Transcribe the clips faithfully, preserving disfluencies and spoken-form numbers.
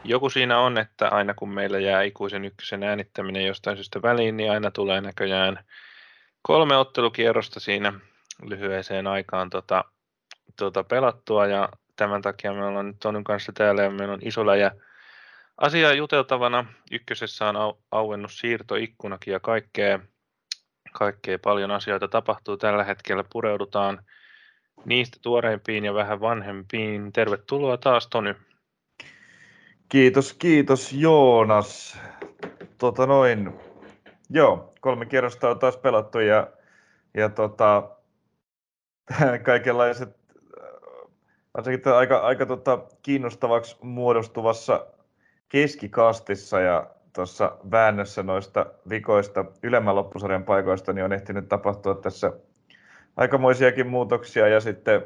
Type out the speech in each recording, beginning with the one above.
joku siinä on, että aina kun meillä jää ikuisen ykkösen äänittäminen jostain syystä väliin, niin aina tulee näköjään kolme ottelukierrosta siinä lyhyeseen aikaan tota, tota pelattua, ja tämän takia me ollaan nyt Tonyn kanssa täällä, ja meillä on iso läjä asiaa juteltavana. Ykkösessä on au, auennut siirtoikkunakin ja kaikkea, kaikkea paljon asioita tapahtuu tällä hetkellä. Pureudutaan niistä tuoreimpiin ja vähän vanhempiin. Tervetuloa taas, Tony. Kiitos, kiitos Joonas. Tota noin, joo, kolme kierrosta on taas pelattu ja, ja tota, kaikenlaiset, varsinkin aika, aika tota, kiinnostavaksi muodostuvassa keskikastissa ja tuossa väännössä noista vikoista ylemmän loppusarjan paikoista, niin on ehtinyt tapahtua tässä aikamoisiakin muutoksia ja sitten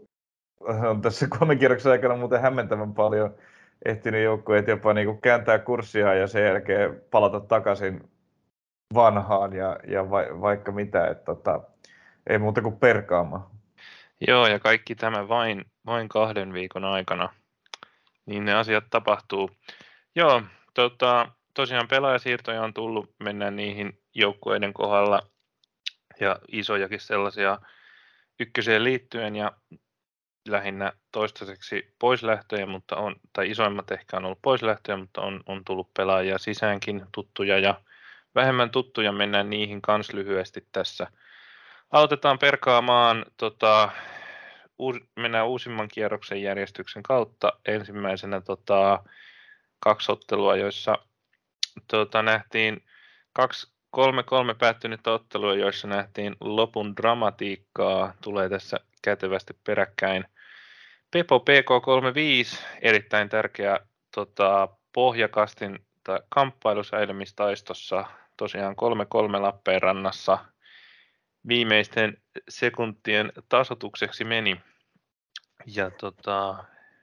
on tässä kolmen kierroksen aikana muuten hämmentävän paljon ehtinyt joukkueet jopa niin kuin kääntää kurssia ja sen jälkeen palata takaisin vanhaan ja, ja va, vaikka mitä, että tota, ei muuta kuin perkaamaan. Joo, ja kaikki tämä vain, vain kahden viikon aikana, niin ne asiat tapahtuu. Joo, tota, tosiaan pelaajasiirtoja on tullut, mennään niihin joukkueiden kohdalla ja isojakin sellaisia ykköseen liittyen ja lähinnä toistaiseksi poislähtöjä, mutta on, tai isoimmat ehkä on ollut poislähtöjä, mutta on, on tullut pelaajia sisäänkin, tuttuja ja vähemmän tuttuja, mennään niihin kans lyhyesti tässä. Aloitetaan perkaamaan, tota, uus, mennään uusimman kierroksen järjestyksen kautta. Ensimmäisenä tota, kaksi ottelua, joissa tota, nähtiin kaksi kolme kolme päättynyttä ottelua, joissa nähtiin lopun dramatiikkaa, tulee tässä kätevästi peräkkäin. Pepo P K kolmekymmentäviisi, erittäin tärkeä tota, pohjakastin tai kamppailusäilymistaistossa, tosiaan kolme kolme Lappeenrannassa viimeisten sekuntien tasoitukseksi meni. Ja tota,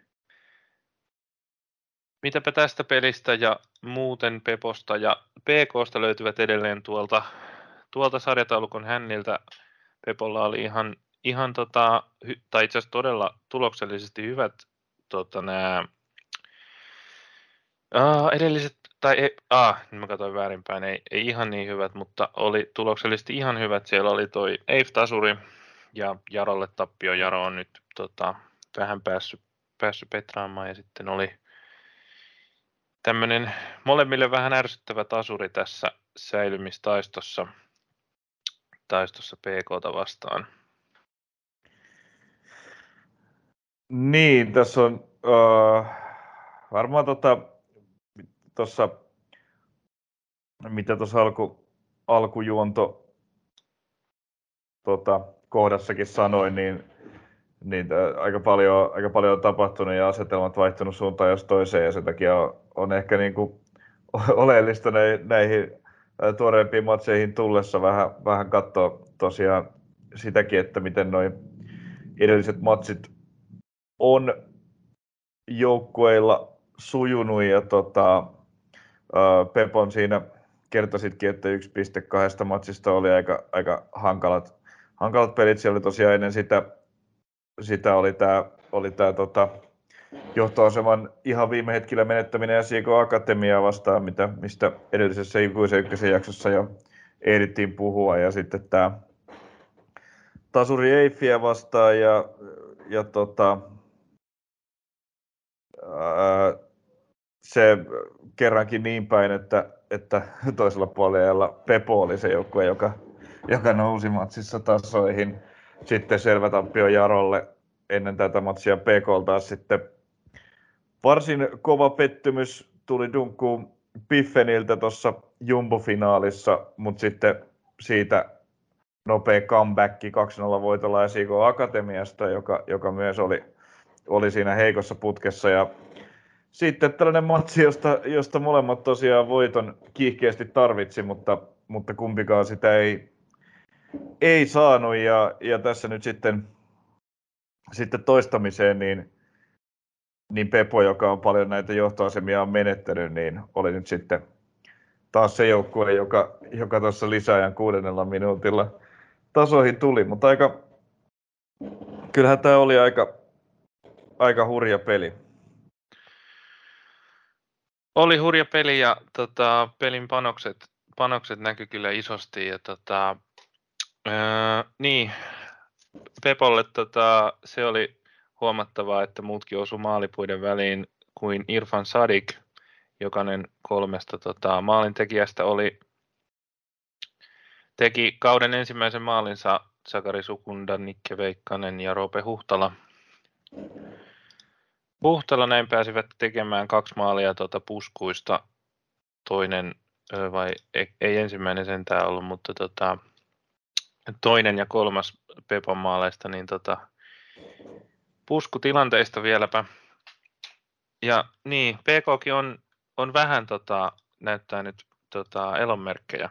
mitäpä tästä pelistä ja muuten Peposta ja P K:sta löytyvät edelleen tuolta, tuolta sarjataulukon hänniltä. Pepolla oli ihan, ihan tota, hy, tai itse asiassa todella tuloksellisesti hyvät tota, nämä uh, edelliset, tai ei, ah, nyt mä katsoin väärinpäin, ei, ei ihan niin hyvät, mutta oli tuloksellisesti ihan hyvät. Siellä oli toi Eif-tasuri ja Jarolle tappio. Jaro on nyt tota, vähän päässyt, päässyt petraamaan ja sitten oli tämmöinen molemmille vähän ärsyttävä tasuri tässä säilymistaistossa taistossa P K:ta vastaan. Niin, tässä on uh, varmaan tota, tossa, mitä tuossa alku, alkujuonto tota, kohdassakin sanoin, niin, niin aika, paljon, aika paljon on tapahtunut ja asetelmat vaihtunut suuntaan jos toiseen ja sen takia on, on ehkä niin kuin oleellista näihin tuoreimpiin matseihin tullessa vähän, vähän katsoa tosiaan sitäkin, että miten noin edelliset matsit on joukkueilla sujunut ja tota, Pepon siinä kertoisitkin, että yksi pilkku kaksi matsista oli aika, aika hankalat, hankalat pelit. Siellä oli tosiaan ennen sitä, sitä oli tämä oli tää, tota, johtoaseman ihan viime hetkellä menettäminen S J K Akatemiaa vastaan, mitä, mistä edellisessä ikuisen ykkösen jaksossa jo ehdittiin puhua. Ja sitten tämä tasuri Eiffiä vastaan ja, ja tota, ää, se kerrankin niin päin, että, että toisella puolella Pepo oli se joukkue, joka, joka nousi matsissa tasoihin. Sitten selvä tappio Jarolle ennen tätä matsia. P K taas sitten varsin kova pettymys tuli dunkkuun Piffeniltä tuossa Jumbo-finaalissa, mutta sitten siitä nopea comeback kaksi nolla voitolla S J K Akatemiasta, joka, joka myös oli, oli siinä heikossa putkessa. Ja sitten tällainen matsi, josta, josta molemmat tosiaan voiton kiihkeästi tarvitsi, mutta, mutta kumpikaan sitä ei, ei saanut. Ja, ja tässä nyt sitten, sitten toistamiseen, niin, niin Pepo, joka on paljon näitä johtoasemia on menettänyt, niin oli nyt sitten taas se joukkue, joka, joka tuossa lisäajan kuudennella minuutilla tasoihin tuli. Mutta aika, kyllähän tämä oli aika, aika hurja peli. Oli hurja peli ja tota, pelin panokset, panokset näkyi kyllä isosti. Ja, tota, öö, niin, Pepolle tota, se oli huomattavaa, että muutkin osu maalipuiden väliin kuin Irfan Sadik. Jokainen kolmesta tota, maalintekijästä oli, teki kauden ensimmäisen maalinsa Sakari Sukunda, Nikke Veikkanen ja Roope Huhtala. Huhtala näin pääsivät tekemään kaksi maalia tuota puskuista. Toinen, vai ei, ei ensimmäinen sentään ollut, mutta tota, toinen ja kolmas Pepon maaleista, niin tota, puskutilanteista vieläpä. Ja niin, P K:kin on, on vähän tota, näyttää nyt tota, elonmerkkejä.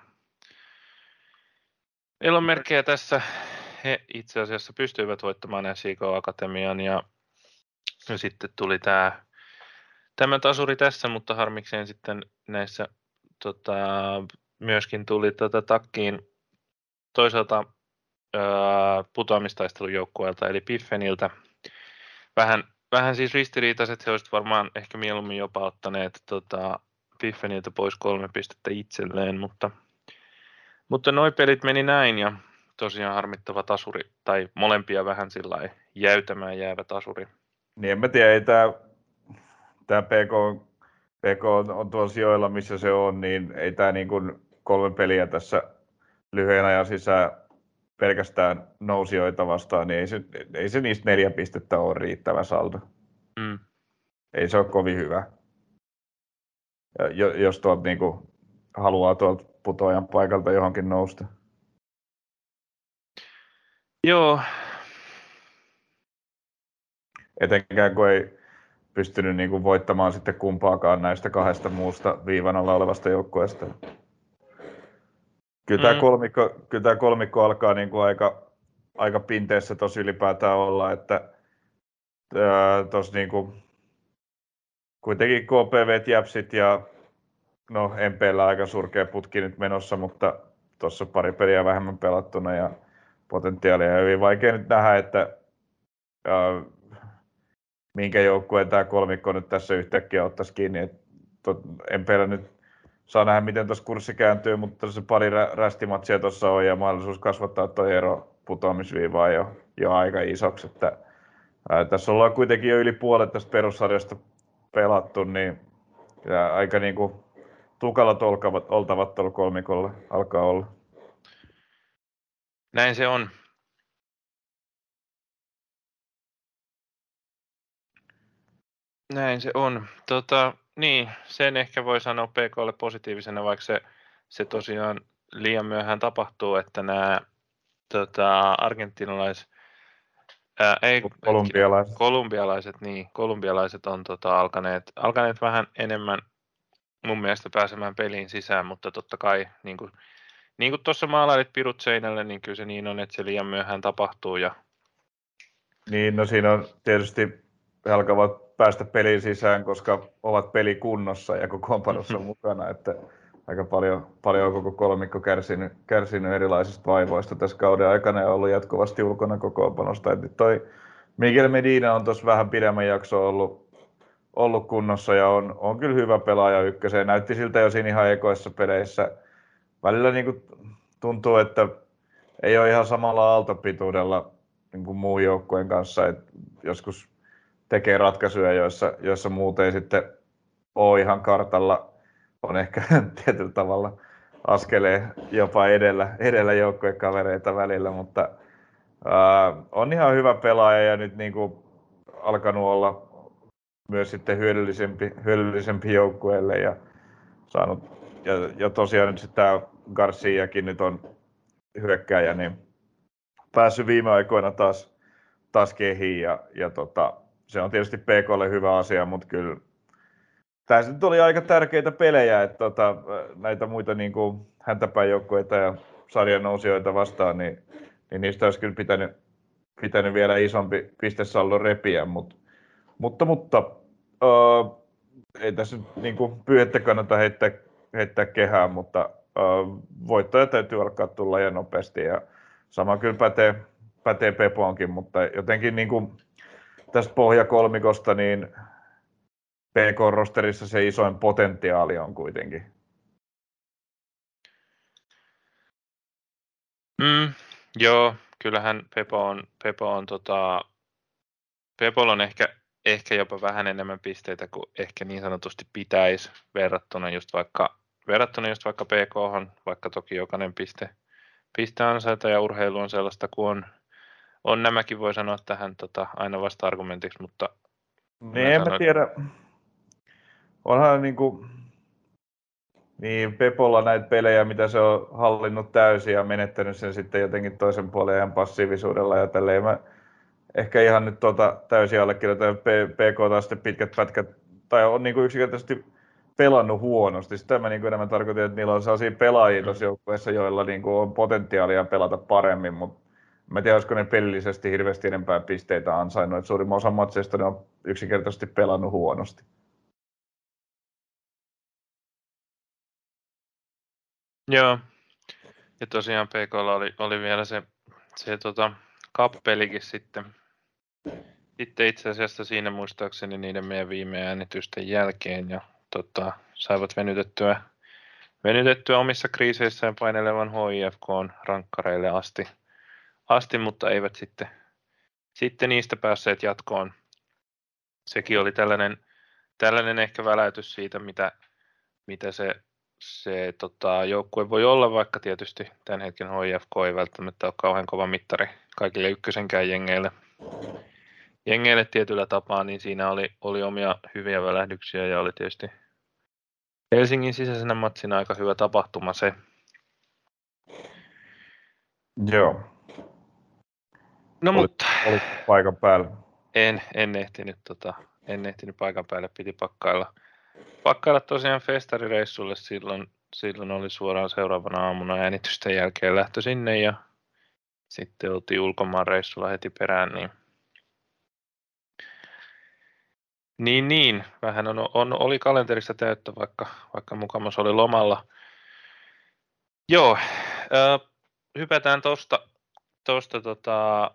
Elonmerkkejä tässä. He itse asiassa pystyivät voittamaan S I K Akatemian ja sitten tuli tämä tämä tasuri tässä, mutta harmikseen sitten näissä tota, myöskin tuli tota, takkiin toisaalta ää, putoamistaistelujoukkueelta eli Piffeniltä. Vähän, vähän siis ristiriitaiset, he olisivat varmaan ehkä mieluummin jopa ottaneet tota, Piffeniltä pois kolme pistettä itselleen, mutta, mutta noi pelit meni näin ja tosiaan harmittava tasuri, tai molempia vähän sillä jäytämään jäävä tasuri. Niin en mä tiedä, ei tää, tää P K, P K on, on tuolla sijoilla, missä se on, niin ei tää niin kuin kolme peliä tässä lyhyen ajan sisään pelkästään nousijoita vastaan, niin ei se, ei se niistä neljä pistettä ole riittävä saldo. Mm. Ei se ole kovin hyvä. Ja jos tuolta niin kuin haluaa tuolta putoajan paikalta johonkin nousta. Joo. Etenkään kun ei pystynyt niin kuin voittamaan sitten kumpaakaan näistä kahdesta muusta viivan alla olevasta joukkueesta. Kyllä, mm. tämä kolmikko, kyllä tämä kolmikko alkaa niin kuin aika, aika pinteessä tosi ylipäätään olla, että tuossa niin kuin, kuitenkin K P V, Jäpsit ja no M P:llä aika surkea putki nyt menossa, mutta tuossa pari peliä vähemmän pelattuna ja potentiaalia ja hyvin vaikea nyt nähdä, että ää, minkä joukkueen tämä kolmikko nyt tässä yhtäkkiä ottaisi kiinni. M P:llä nyt saa nähdä, miten tuossa kurssi kääntyy, mutta se pari rästimatsia tuossa on ja mahdollisuus kasvattaa tuo ero putoamisviivaa jo, jo aika isoksi. Että, ää, tässä ollaan kuitenkin jo yli puolet tästä perussarjasta pelattu, niin ja aika niin kuin tukalat oltavat, oltavat tuolla kolmikolla alkaa olla. Näin se on. Näin se on. Tota, niin, sen ehkä voi sanoa P K:lle positiivisena, vaikka se, se tosiaan liian myöhään tapahtuu, että nämä tota, argentinalaiset, ää, ei, kolumbialaiset. kolumbialaiset, niin, kolumbialaiset on tota, alkaneet, alkaneet vähän enemmän mun mielestä pääsemään peliin sisään, mutta totta kai niin kuin, niin kuin tuossa maalailit pirut seinälle, niin kyllä se niin on, että se liian myöhään tapahtuu. Ja... Niin, no siinä on tietysti he alkavat päästä peliin sisään, koska ovat pelikunnossa ja kokoonpanossa mm-hmm. mukana, että aika paljon, paljon on koko kolmikko kärsinyt, kärsinyt erilaisista vaivoista tässä kauden aikana ja ollut jatkuvasti ulkona kokoonpanosta. Et nyt toi Miguel Medina on tuossa vähän pidemmän jakso ollut, ollut kunnossa ja on, on kyllä hyvä pelaaja ykköseen. Näytti siltä jo siinä ihan ekoissa peleissä. Välillä niin kuin tuntuu, että ei ole ihan samalla aaltopituudella niin kuin muun joukkueen kanssa. Et joskus tekee ratkaisuja, joissa, joissa muut ei sitten ole ihan kartalla. On ehkä tietyllä tavalla askeleen jopa edellä, edellä joukkueen kavereita välillä, mutta ää, on ihan hyvä pelaaja ja nyt niin kuin alkanut olla myös sitten hyödyllisempi, hyödyllisempi joukkueelle ja saanut, ja, ja tosiaan nyt sitten tämä Garciakin nyt on hyökkääjä, niin päässyt viime aikoina taas, taas kehiin ja, ja tota, se on tietysti P K:lle hyvä asia, mutta kyllä tässä nyt oli aika tärkeitä pelejä, että tota, näitä muita niin kuin häntäpäin joukkueita ja sarjan nousijoita vastaan, niin, niin niistä olisi kyllä pitänyt, pitänyt vielä isompi pistesallon repiä, mutta, mutta, mutta äh, ei tässä nyt niin kuin pyyhettä kannata heittää, heittää kehään, mutta äh, voittoja täytyy alkaa tulla ja nopeasti ja sama kyllä pätee, pätee Pepoonkin, mutta jotenkin niin kuin tästä pohjakolmikosta, niin P K-rosterissa se isoin potentiaali on kuitenkin. Mm, joo, kyllähän Pepo on, Pepo on tota, Pepolla on ehkä, ehkä jopa vähän enemmän pisteitä kuin ehkä niin sanotusti pitäisi verrattuna just vaikka, verrattuna just vaikka P K:hon, vaikka toki jokainen piste, piste ansaita ja urheilu on sellaista kuin on. On nämäkin voi sanoa tähän tota, aina vasta argumentiksi, mutta Niin, en mä tiedä. Onhan niinku, niin Pepolla näitä pelejä, mitä se on hallinnut täysin ja menettänyt sen sitten jotenkin toisen puolen ajan passiivisuudella ja tälleen. Mä ehkä ihan nyt tuota täysin allekirjoitan P K taas sitten pitkät pätkät, tai on niinku yksinkertaisesti pelannut huonosti. Sitä mä niinku enemmän tarkoitin, että niillä on sellaisia pelaajia tuossa joukkueessa, joilla niinku on potentiaalia pelata paremmin, mutta mä en tiedä, olisiko ne pelillisesti hirveästi enempää pisteitä ansainnut, että suurimman osan matseista ne on yksinkertaisesti pelannut huonosti. joo, ja tosiaan P K:lla oli, oli vielä se, se tota, cup-pelikin sitten. Sitten itse asiassa siinä muistaakseni niiden meidän viime äänitysten jälkeen ja tota, saivat venytettyä, venytettyä omissa kriiseissään painelevan H I F K:n rankkareille asti, asti, mutta eivät sitten, sitten niistä päässeet jatkoon. Sekin oli tällainen, tällainen ehkä väläytys siitä, mitä, mitä se, se tota, joukkue voi olla, vaikka tietysti tämän hetken H I F K ei välttämättä ole kauhean kova mittari kaikille ykkösenkään jengeille. jengeille tietyllä tapaa, niin siinä oli, oli omia hyviä välähdyksiä ja oli tietysti Helsingin sisäisenä matsina aika hyvä tapahtuma se. Joo. No Olit, mutta olit paikan päällä. En, en, ehtinyt, tota, en ehtinyt paikan päälle, piti pakkailla, pakkailla tosiaan festarireissulle, silloin, silloin oli suoraan seuraavana aamuna äänitysten jälkeen lähtö sinne ja sitten oltiin ulkomaan reissulla heti perään, niin Niin, niin. Vähän on, on, oli kalenterissa täyttä, vaikka, vaikka mukamas oli lomalla. Joo, äh, hypätään tuosta tosta, tota,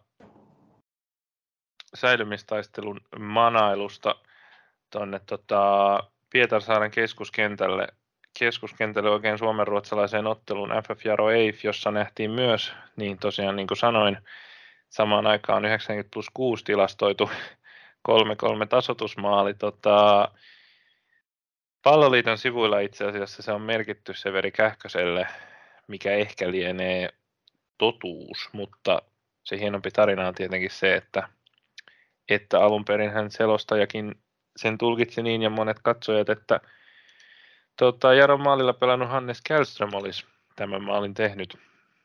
säilymistaistelun manailusta tuonne tota, Pietarsaaren keskuskentälle, keskuskentälle oikein suomenruotsalaiseen otteluun F F Jaro Eif, jossa nähtiin myös, niin tosiaan niin kuin sanoin, samaan aikaan yhdeksänkymmentä plus kuusi tilastoitu kolme kolme tasoitusmaali. Tota, Palloliiton sivuilla itse asiassa se on merkitty Severi Kähköselle, mikä ehkä lienee totuus, mutta se hienompi tarina on tietenkin se, että, että alun perin hän selostajakin sen tulkitsi niin ja monet katsojat, että tota, Jaron maalilla pelannut Hannes Källström olisi tämän maalin tehnyt.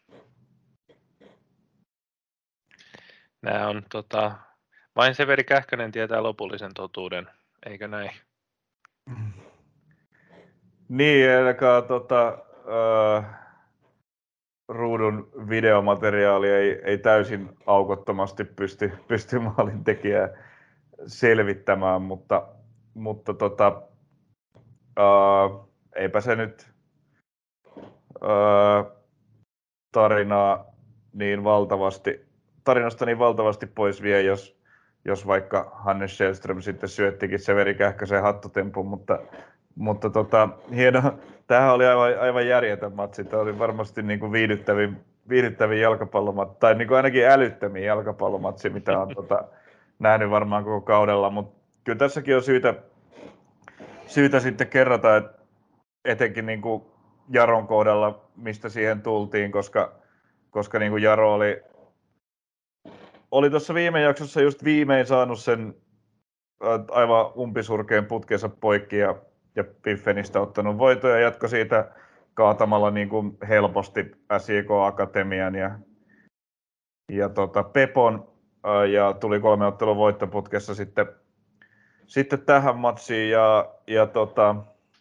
Nämä on tota, vain Severi Kähkönen tietää lopullisen totuuden, eikö näin? Niin, ainakaan tota, äh, ruudun videomateriaali ei, ei täysin aukottomasti pysty, pysty maalin tekijää selvittämään, mutta, mutta tota, äh, eipä se nyt äh, tarinaa niin valtavasti, tarinasta niin valtavasti pois vie, jos, jos vaikka Hannes Källström sitten syöttikin Severi Kähkösen hattutempun, mutta, mutta tota, hieno. Tämähän oli aivan, aivan järjetön matsi. Tämä oli varmasti niin kuin viihdyttävin, viihdyttävin jalkapallomatsi, tai niin kuin ainakin älyttömin jalkapallomatsi, mitä on tota, nähnyt varmaan koko kaudella, mutta kyllä tässäkin on syytä, syytä sitten kerrata, että etenkin niin kuin Jaron kohdalla, mistä siihen tultiin, koska, koska niin kuin Jaro oli, oli tuossa viime jaksossa just viimein saanut sen aivan umpisurkeen putkensa poikki ja, ja Piffenistä ottanut voitoja ja jatko siitä kaatamalla niin kuin helposti S J K Akatemian ja, ja tota Pepon ja tuli kolme ottelun voittoputkessa sitten, sitten tähän matsiin ja, ja tota,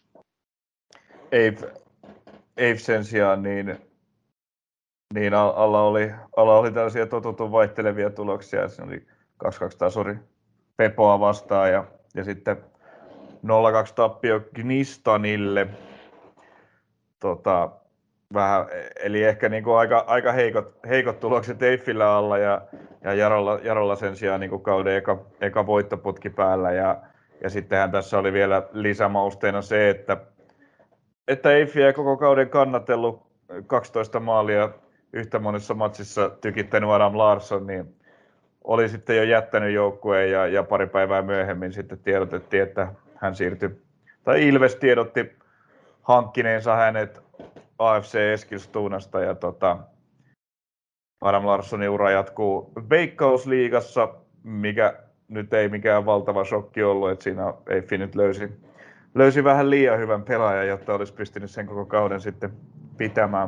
Eif, Eif sen sijaan niin, niin alla, oli, alla oli tällaisia totutun vaihtelevia tuloksia. Se oli kaksi kaksi tasuri Pepoa vastaan ja, ja sitten nolla kaksi tappio Gnistanille. Tota, vähän, eli ehkä niin kuin aika, aika heikot, heikot tulokset Eiffillä alla ja, ja Jarolla, Jarolla sen sijaan niin kuin kauden eka, eka voittoputki päällä. Ja, Ja sittenhän tässä oli vielä lisämausteena se, että, että Eiffiä koko kauden kannatellut kaksitoista maalia yhtä monessa matsissa tykittänyt Adam Larsson, niin oli sitten jo jättänyt joukkueen ja, ja pari päivää myöhemmin sitten tiedotettiin, että hän siirtyi, tai Ilves tiedotti hankkineensa hänet A F C Eskilstunasta ja tota, Adam Larssonin ura jatkuu Veikkausliigassa, mikä nyt ei mikään valtava shokki ollut, että siinä Eiffi nyt löysi, löysi vähän liian hyvän pelaajan, jotta olisi pystynyt sen koko kauden sitten pitämään.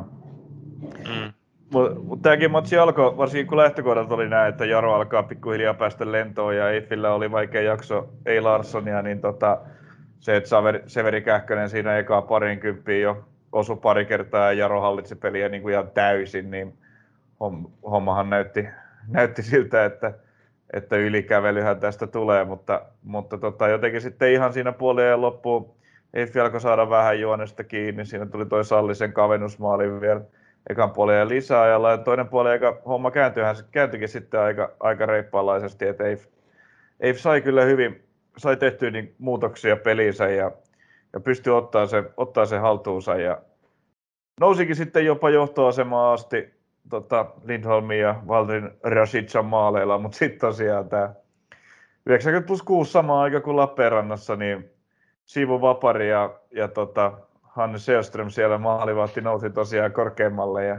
Mm. Mutta mut tämäkin matsi alkoi, varsinkin kun lähtökohdat oli näin, että Jaro alkaa pikkuhiljaa päästä lentoon ja Eiffillä oli vaikea jakso, ei Larssonia, niin tota, se, että Severi, Severi Kähkönen siinä ekaa parinkymppiin jo osui pari kertaa ja Jaro hallitsi peliä niin kuin ihan täysin, niin hommahan näytti, näytti siltä, että, että ylikävelyhän tästä tulee, mutta, mutta tota, jotenkin sitten ihan siinä puolien loppuun Eiffi alkoi saada vähän juonesta kiinni, siinä tuli toi Sallisen kavennusmaali vielä ekan puolen lisäajalla ja toinen puoli eka homma kääntyihän, kääntyikin sitten aika, aika reippaalaisesti, että Eif, Eif sai kyllä hyvin, sai tehtyä niin muutoksia peliinsä ja, ja pystyi ottaa se, ottaa se haltuunsa ja nousikin sitten jopa johtoasemaan asti tota, Lindholmin ja Valdrin Rashican maaleilla, mutta sitten tosiaan tämä yhdeksänkymmentä plus kuusi sama aika kuin Lappeenrannassa, niin Siivu Vapari ja, ja tota, Hanne Sjöström siellä maalivahti nousi tosiaan korkeammalle ja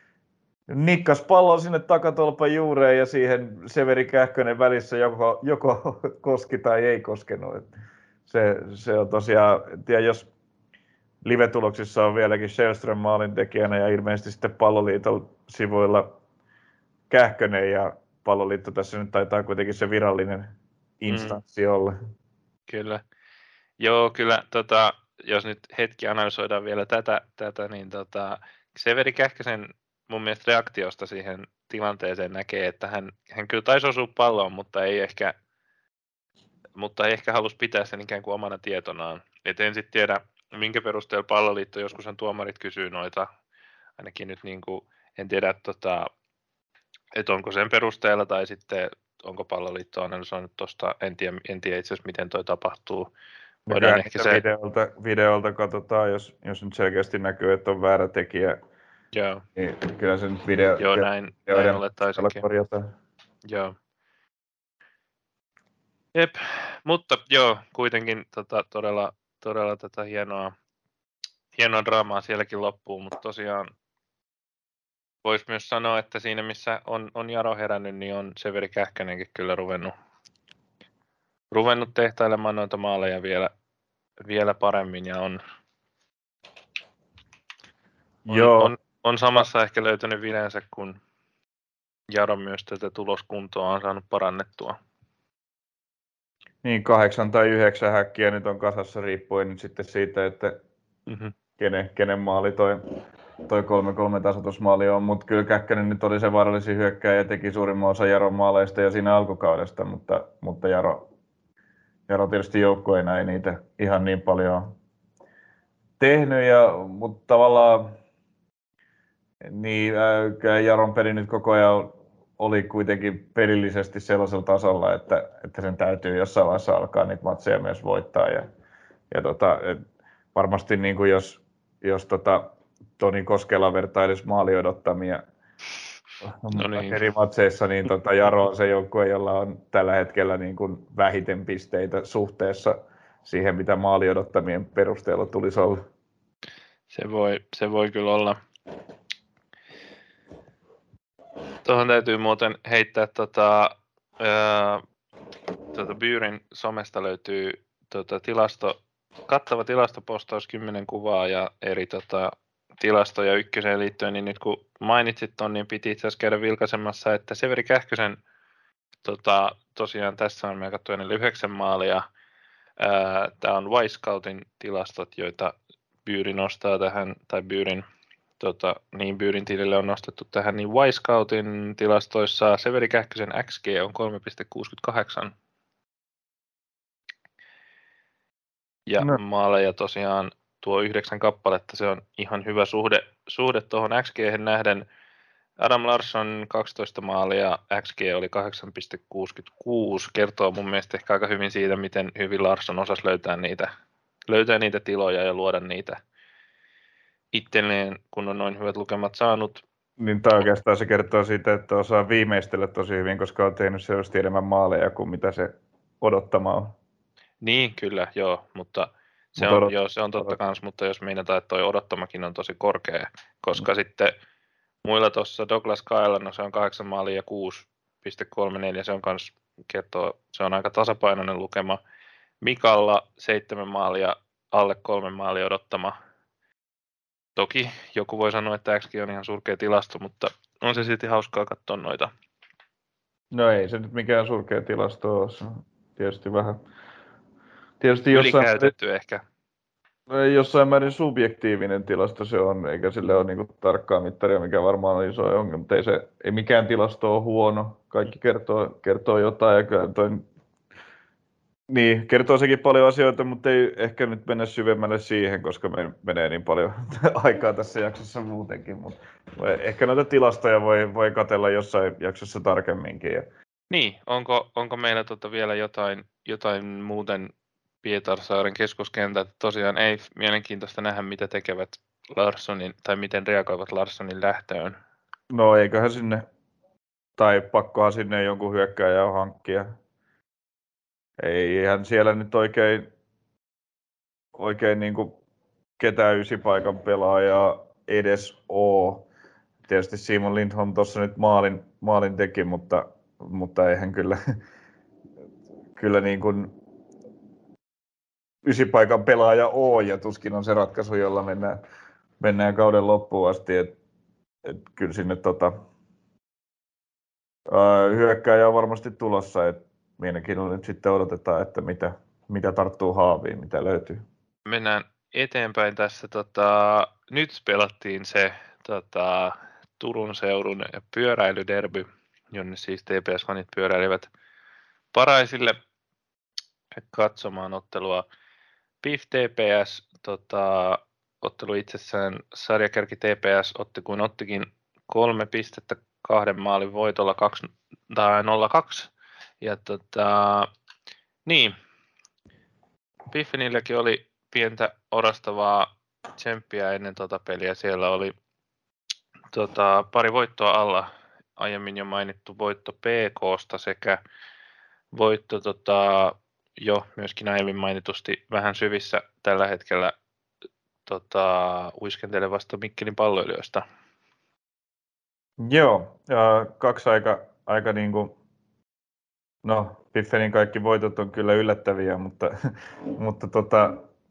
nikkas pallon sinne takatolpan juureen ja siihen Severi Kähkönen välissä joko, joko koski tai ei koskenut. Se, se on tosiaan, tiedä, jos live-tuloksissa on vieläkin Sjöström maalintekijänä ja ilmeisesti sitten Palloliiton sivuilla Kähkönen ja Palloliitto tässä nyt taitaa kuitenkin se virallinen instanssi mm. olla. Kyllä. Joo, kyllä, tota, jos nyt hetki analysoidaan vielä tätä, tätä niin tota, Severi Kähkösen mun mielestä reaktiosta siihen tilanteeseen näkee, että hän, hän kyllä taisi osua palloon, mutta ei ehkä, mutta ei ehkä halus pitää sen ikään kuin omana tietonaan. Et en sitten tiedä, minkä perusteella Palloliitto, joskus tuomarit kysyy noita, ainakin nyt niin kuin, en tiedä, tota, että onko sen perusteella tai sitten onko Palloliitto analysoinut tuosta, en tiedä, en tiedä itse asiassa miten toi tapahtuu. Voidaan ehkä se videolta, videolta katsotaan, jos, jos nyt selkeästi näkyy, että on väärä tekijä. Joo. Niin kyllä se nyt video, joo, näin, näin olettaisinkin. Joo. Jep, mutta joo, kuitenkin tota, todella, todella tätä hienoa, hienoa draamaa sielläkin loppuu, mutta tosiaan voisi myös sanoa, että siinä missä on, on Jaro herännyt, niin on Severi Kähkönenkin kyllä ruvennut, ruvennut tehtailemaan noita maaleja vielä, vielä paremmin ja on, on, Joo. on, on samassa ehkä löytänyt vileensä, kun Jaro myös tätä tuloskuntoa on saanut parannettua. Niin, kahdeksan tai yhdeksän häkkiä nyt on kasassa riippuen nyt sitten siitä, että mm-hmm. kenen, kenen maali toi, toi kolme kolme tasoitusmaali on, mutta kyllä Kähkönen nyt oli se vaarallisin hyökkääjä ja teki suurimman osa Jaron maaleista jo siinä alkukaudesta, mutta, mutta Jaro, Jaro tietysti joukkueena ei niitä ihan niin paljon tehnyt, ja, mutta tavallaan niin, äh, Jaron peli nyt koko ajan oli kuitenkin pelillisesti sellaisella tasolla, että, että sen täytyy jossain vaiheessa alkaa niitä matseja myös voittaa. Ja, ja tota, varmasti niin kuin jos, jos tota Toni Koskela vertailisi maali odottamia no niin. eri matseissa, niin tota Jaro on se joukkue, jolla on tällä hetkellä niin kuin vähiten pisteitä suhteessa siihen, mitä maali odottamien perusteella tulisi olla. Se voi, se voi kyllä olla. Tuohon täytyy muuten heittää, tota, ää, tota Byyrin somesta löytyy tota, tilasto, kattava tilastopostaus, kymmenen kuvaa ja eri tota, tilastoja ykköseen liittyen, niin nyt kun mainitsit ton, niin piti itse asiassa käydä vilkaisemassa, että Severi Kähkösen tota, tosiaan tässä on, me katsoin yhdeksän maalia. Tämä on Wisecouten tilastot, joita Byyri nostaa tähän, tai Byyrin Tota, niin Byyrin tilille on nostettu tähän, niin Wisecouten tilastoissa Severi Kähkösen X G on kolme pilkku kuusikymmentäkahdeksan. Ja no. maaleja tosiaan tuo yhdeksän kappaletta, se on ihan hyvä suhde, suhde tuohon X G:hen nähden. Adam Larsson kaksitoista maalia, X G oli kahdeksan pilkku kuusikymmentäkuusi, kertoo mun mielestä ehkä aika hyvin siitä, miten hyvin Larsson osasi löytää niitä, löytää niitä tiloja ja luoda niitä itselleen, kun on noin hyvät lukemat saanut. Niin tämä oikeastaan se kertoo siitä, että osaa viimeistellä tosi hyvin, koska on tehnyt selvästi enemmän maaleja kuin mitä se odottama on. Niin, kyllä, joo, mutta se, Mut on, odot- joo, se on totta kans, mutta jos meinataan, että toi odottamakin on tosi korkea, koska mm. sitten muilla tuossa Douglas Kyle, no se on kahdeksan maalia ja kuusi pilkku kolmekymmentäneljä, se on kans kertoo, se on aika tasapainoinen lukema. Mikalla seitsemän maalia, alle kolme maalia odottama. Toki joku voi sanoa, että X G on ihan surkea tilasto, mutta on se silti hauskaa katsoa noita. No ei se nyt mikään surkea tilasto ole, se on tietysti vähän... Tietysti jossain, ylikäytetty ehkä. Jossain määrin subjektiivinen tilasto se on, eikä sille ole niinku tarkkaa mittaria, mikä varmaan on iso ongelma, mutta ei, se, ei mikään tilasto ole huono. Kaikki kertoo, kertoo jotain ja kyllä toi, niin, kertoo sekin paljon asioita, mutta ei ehkä nyt mennä syvemmälle siihen, koska me menee niin paljon aikaa tässä jaksossa muutenkin. Mutta ehkä noita tilastoja voi, voi katsella jossain jaksossa tarkemminkin. Ja... Niin, onko, onko meillä tota vielä jotain, jotain muuten Pietarsaaren keskuskentältä? Tosiaan ei mielenkiintoista nähdä, mitä tekevät Larssonin, tai miten reagoivat Larssonin lähtöön. No eiköhän sinne, tai pakkohan sinne jonkun hyökkääjää hankkia. Eihän siellä nyt oikein, oikein niin kuin ketään ysipaikan pelaajaa edes ole. Tietysti Simon Lindholm tuossa nyt maalin, maalin teki, mutta, mutta eihän kyllä, kyllä niin kuin ysipaikan pelaaja ole, ja tuskin on se ratkaisu, jolla mennään, mennään kauden loppuun asti. Et, et kyllä sinne tota, ää, hyökkääjä on varmasti tulossa, et mielenkiinnolla nyt sitten odotetaan, että mitä, mitä tarttuu haaviin, mitä löytyy. Mennään eteenpäin tässä. Tota, nyt pelattiin se tota, Turun seudun pyöräilyderby, jonne siis T P S-fanit pyöräilivät Paraisille katsomaan ottelua. P I F T P S, tota, ottelu itsessään, sarjakärki T P S otti kuin ottikin kolme pistettä kahden maalin voitolla kaksi, tai nolla kaksi. Ja tota, niin, Biffenilläkin oli pientä orastavaa tsemppiä ennen tota peliä. Siellä oli tota, pari voittoa alla, aiemmin jo mainittu voitto P K:sta sekä voitto tota, jo myöskin aiemmin mainitusti vähän syvissä tällä hetkellä tota, uiskentelevasta Mikkelin Palloilijoista. Joo, ja kaksi aika, aika niin kuin, no Biffenin kaikki voitot on kyllä yllättäviä, mutta, mutta tota,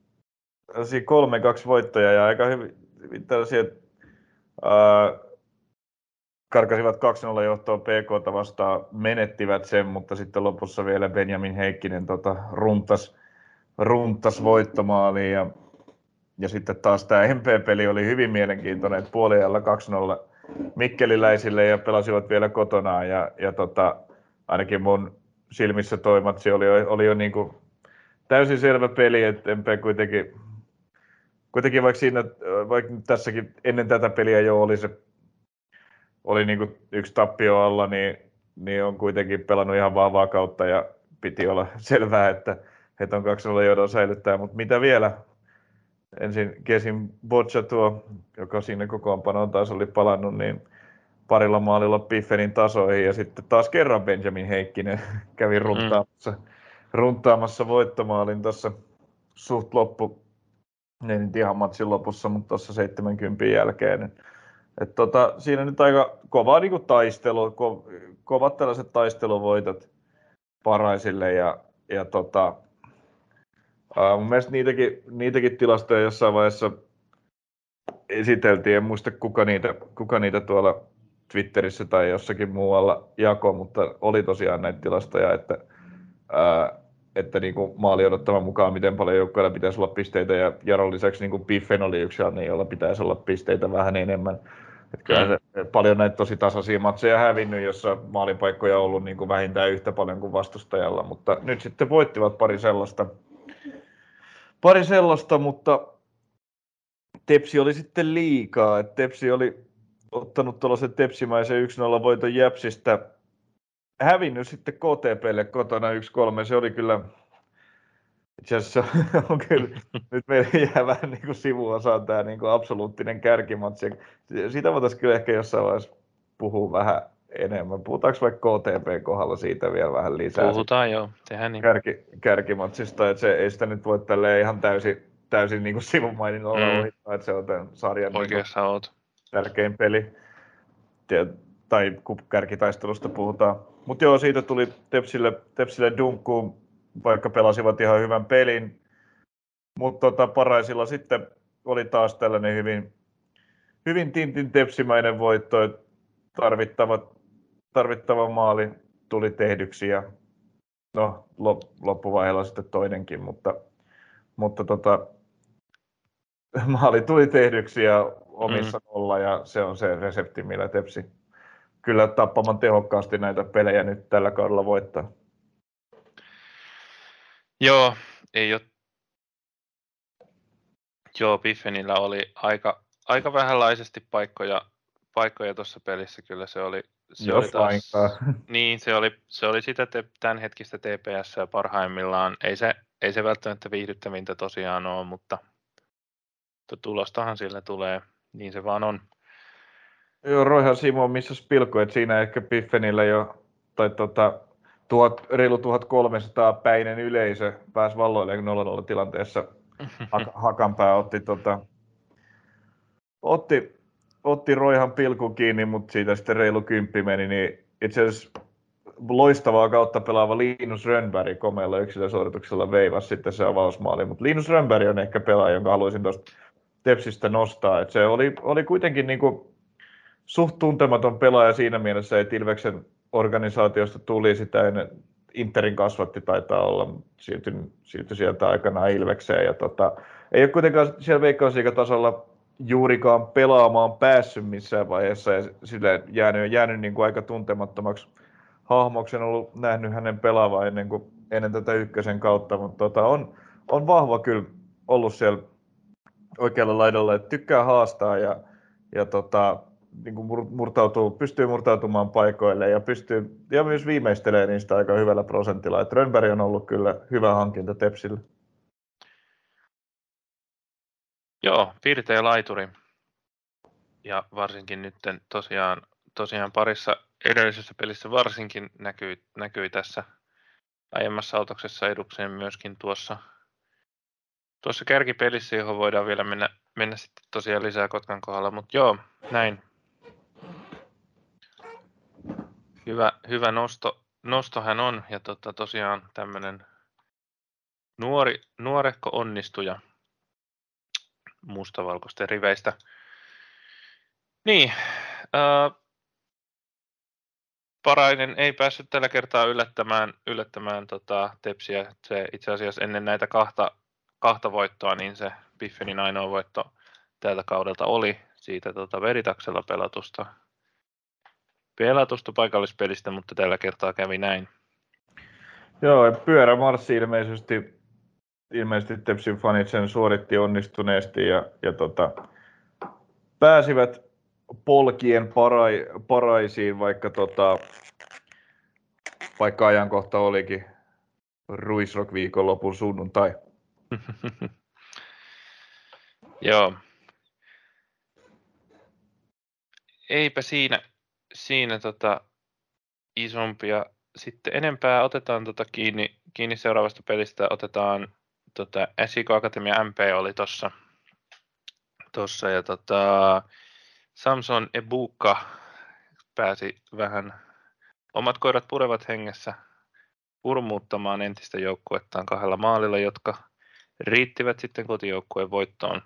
kolme kaksi voittoja ja aika hyvin, hyvin tällaisia, ää, karkasivat kaksi nolla johtoon P K:ta vastaan, menettivät sen, mutta sitten lopussa vielä Benjamin Heikkinen tota, runtas, runtas voittomaaliin. Ja, ja sitten taas tämä M P-peli oli hyvin mielenkiintoinen, että puoliajalla kaksi nolla mikkeliläisille ja pelasivat vielä kotonaan. Ja, ja tota, ainakin mun silmissä toi matsi oli jo, oli jo niin kuin täysin selvä peli, että M P kuitenkin, kuitenkin vaikka, siinä, vaikka tässäkin ennen tätä peliä jo oli se oli niin kuin yksi tappio alla, niin, niin on kuitenkin pelannut ihan vahvaa kautta ja piti olla selvää, että he on kaksi nolla johdon säilyttää, mutta mitä vielä? Ensin Kesin Boccia tuo, joka siinä kokoonpanoon taas oli palannut, niin parilla maalilla Biffenin tasoihin ja sitten taas kerran Benjamin Heikkinen kävi runtaamassa, mm. runtaamassa voittomaalin tuossa suht loppu, ei nyt ihan matsin lopussa, mutta tuossa seitsemänkymmentä jälkeen. Niin et tota, siinä nyt aika kova niinku taistelu, ko, kovat tällaiset taisteluvoitot Paraisille ja, ja tota, ää, mun mielestä niitäkin, niitäkin tilastoja jossain vaiheessa esiteltiin, en muista kuka niitä, kuka niitä tuolla Twitterissä tai jossakin muualla jako, mutta oli tosiaan näitä tilastoja, että, ää, että niinku maali odottavan mukaan, miten paljon joukkoilla pitäisi olla pisteitä ja Jaron lisäksi niinku Biffen oli yksi, niin jolla pitäisi olla pisteitä vähän enemmän. Että kyllä se paljon näitä tosi tasaisia matseja hävinnyt, jossa maalinpaikkoja on ollut niin kuin vähintään yhtä paljon kuin vastustajalla, mutta nyt sitten voittivat pari sellaista, pari sellaista mutta Tepsi oli sitten liikaa. Et Tepsi oli, ottanut tuollaisen tepsimäisen yksi nolla voiton Jäpsistä. Hävinnyt sitten K T P:lle kotona yksi kolme. Se oli kyllä, itse asiassa on kyllä, nyt meillä jää vähän niin kuin sivuosaan tämä niin kuin absoluuttinen kärkimatsi. Siitä voitaisiin kyllä ehkä jossain vaiheessa puhua vähän enemmän. Puhutaanko vaikka K T P kohdalla siitä vielä vähän lisää? Puhutaan joo, tehdään niin. Kärki, kärkimatsista, että se ei sitä nyt voi tälleen ihan täysin, täysin niin kuin sivumaininnalla mm. ohittaa, että se on tämän sarjan oikeassa niin oot. Tärkein peli. Tai kun kärkitaistelusta puhutaan. Mutta joo, siitä tuli Tepsille, Tepsille dunkkuun, vaikka pelasivat ihan hyvän pelin. Mutta tota, Paraisilla sitten oli taas tällainen hyvin, hyvin tintin tepsimäinen voitto. Tarvittava, tarvittava maali tuli tehdyksi ja no, loppuvaiheella sitten toinenkin, mutta, mutta tota, maali tuli tehdyksi ja omissa mm. nolla ja se on se resepti, millä Tepsi kyllä tappaman tehokkaasti näitä pelejä nyt tällä kaudella voittaa. Joo, ei ole. Joo, Biffenillä oli aika, aika vähänlaisesti paikkoja, paikkoja tuossa pelissä, kyllä se oli. Se Jos oli taas, niin, se oli, se oli sitä te, tämänhetkistä T P S parhaimmillaan. Ei se, ei se välttämättä viihdyttävintä tosiaan ole, mutta tulostahan sillä tulee, niin se vaan on. Joo, Roihan Simo missä pilkku, että siinä ehkä Biffenillä jo, tai tota, tuhat, reilu tuhatkolmesataa päinen yleisö pääsi valloilleen nolla nolla tilanteessa. Hakanpää otti, tota, otti, otti Roihan pilkun kiinni, mutta siitä sitten reilu kymppi meni, niin itse asiassa loistavaa kautta pelaava Linus Rönnberg komealla yksilösuorituksella veivasi sitten se avausmaali, mutta Linus Rönnberg on ehkä pelaaja, jonka haluaisin tuosta Tepsistä nostaa, että se oli, oli kuitenkin niinku suht tuntematon pelaaja siinä mielessä, että Ilveksen organisaatiosta tuli sitä ennen, Interin kasvatti taitaa olla, siirtyi, siirtyi sieltä aikanaan Ilvekseen ja tota, ei ole kuitenkaan siellä Veikkausliigatasolla juurikaan pelaamaan päässyt missään vaiheessa ja sille jäänyt, jäänyt niin kuin aika tuntemattomaksi hahmoksi. En ollut nähnyt hänen pelaavaa ennen, kuin, ennen tätä ykkösen kautta, mutta tota, on, on vahva kyllä ollut siellä oikealla laidalla, että tykkää haastaa ja, ja tota, niin kuin murtautuu, pystyy murtautumaan paikoille ja pystyy ja myös viimeistelee niistä aika hyvällä prosentilla. Et Rönnberg on ollut kyllä hyvä hankinta Tepsille. Joo, pirteä laituri. Ja varsinkin nyt tosiaan, tosiaan parissa edellisessä pelissä varsinkin näkyi, näkyi tässä aiemmassa otoksessa edukseen myöskin tuossa, tuossa kärkipelissä, johon voidaan vielä mennä, mennä sitten tosiaan lisää Kotkan kohdalla. Mutta joo, näin. Hyvä, hyvä nosto, nosto hän on ja tota, tosiaan tämmöinen nuori, nuorehko onnistuja mustavalkoisten riveistä. Niin, ää, Parainen ei päässyt tällä kertaa yllättämään, yllättämään tota, Tepsiä. Se itse asiassa ennen näitä kahta, kahta voittoa, niin se Biffenin ainoa voitto tältä kaudelta oli siitä tota, Veritaksella pelatusta. pelatusta paikallispelistä, mutta tällä kertaa kävi näin. Joo, pyörämarssi ilmeisesti, ilmeisesti Tepsin fanit sen suoritti onnistuneesti ja, ja tota, pääsivät polkien parai, paraisiin, vaikka, tota, vaikka ajankohta olikin Ruisrock viikonlopun sunnuntai. Joo. Eipä siinä. Siinä tota, isompia. Sitten enempää otetaan tota kiinni, kiinni seuraavasta pelistä. Otetaan tota, S I K Akatemia M P oli tossa, tossa ja tota, Samson Ebuka pääsi vähän omat koirat purevat hengessä purmuuttamaan entistä joukkuettaan kahdella maalilla, jotka riittivät sitten kotijoukkueen voittoon.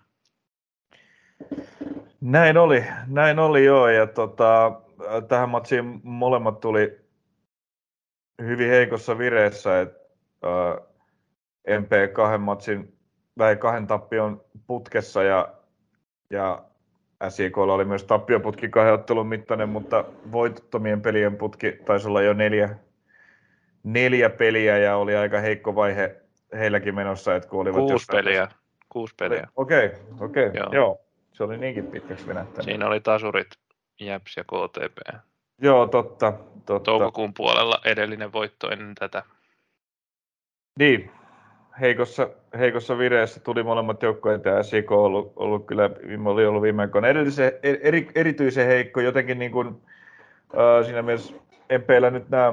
Näin oli, näin oli joo, ja tota, tähän matsiin molemmat tuli hyvin heikossa vireessä, että äh, M P kahden matsin tai kahden tappion putkessa ja, ja S I K:lla oli myös tappioputki kahden ottelun mittainen, mutta voitottomien pelien putki taisi olla jo neljä, neljä peliä ja oli aika heikko vaihe heilläkin menossa. Että kun olivat Kuusi peliä. Kuusi peliä. Okei, okay, okei, okay, joo. joo. Se oli niinkin pitkäksi venähtänyt. Siinä oli tasurit, Japs ja K T P. Joo, totta. totta. Toukokuun puolella edellinen voitto ennen tätä. Niin, heikossa, heikossa vireessä tuli molemmat joukkueet ja S I K on ollut, ollut kyllä, oli ollut viime aikoina erillisen, eri, erityisen heikko, jotenkin niin kuin, äh, siinä mielessä M P:llä nyt nämä,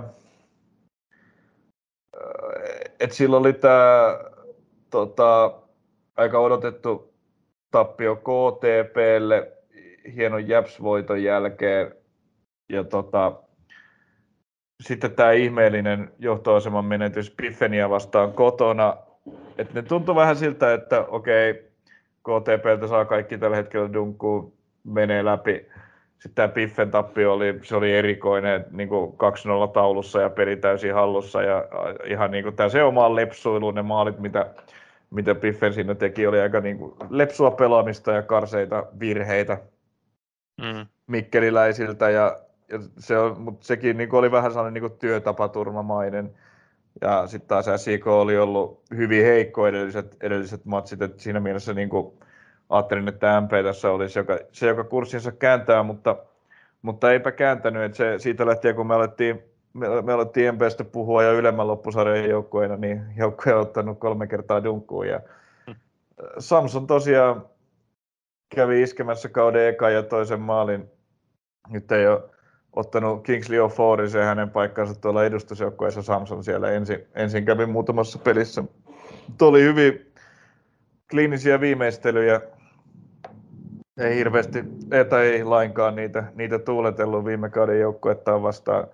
äh, että silloin oli tämä tota, aika odotettu tappio K T P:lle hienon Japs-voiton jälkeen ja tota, sitten tämä ihmeellinen johtoaseman menetys Biffeniä vastaan kotona. Et ne tuntui vähän siltä, että okei, K T P:ltä saa kaikki tällä hetkellä dunkkuun, menee läpi. Sitten tämä Biffen tappio oli, se oli erikoinen, niin kuin kaksi nolla taulussa ja peli täysin hallussa. Ja ihan niin kuin tämä se oma lepsuilu, ne maalit, mitä, mitä Biffen siinä teki, oli aika niin kuin lepsua pelaamista ja karseita virheitä mm. mikkeliläisiltä. Ja Ja se on, mutta sekin niin oli vähän sellainen niin työtapaturmamainen. Ja sitten taas S I K oli ollut hyvin heikko edelliset, edelliset matsit. Et siinä mielessä niin ajattelin, että M P tässä olisi joka, se, joka kurssinsa kääntää, mutta, mutta eipä kääntänyt. Et se, siitä lähtien, kun me alettiin, me, me alettiin M P:stä puhua jo ylemmän loppusarjan joukkueena, niin joukkue on ottanut kolme kertaa dunkkuun. Ja Samson tosiaan kävi iskemässä kauden ekan ja toisen maalin. Nyt ei ole ottanut Kingsley O'Forin se hänen paikkansa tuolla edustusjoukkueessa. Samson siellä ensin, ensin kävi muutamassa pelissä. Tuo oli hyvin kliinisiä viimeistelyjä. Ei hirveästi, tai ei lainkaan niitä, niitä tuuletellut viime kauden joukkuettaan vastaan.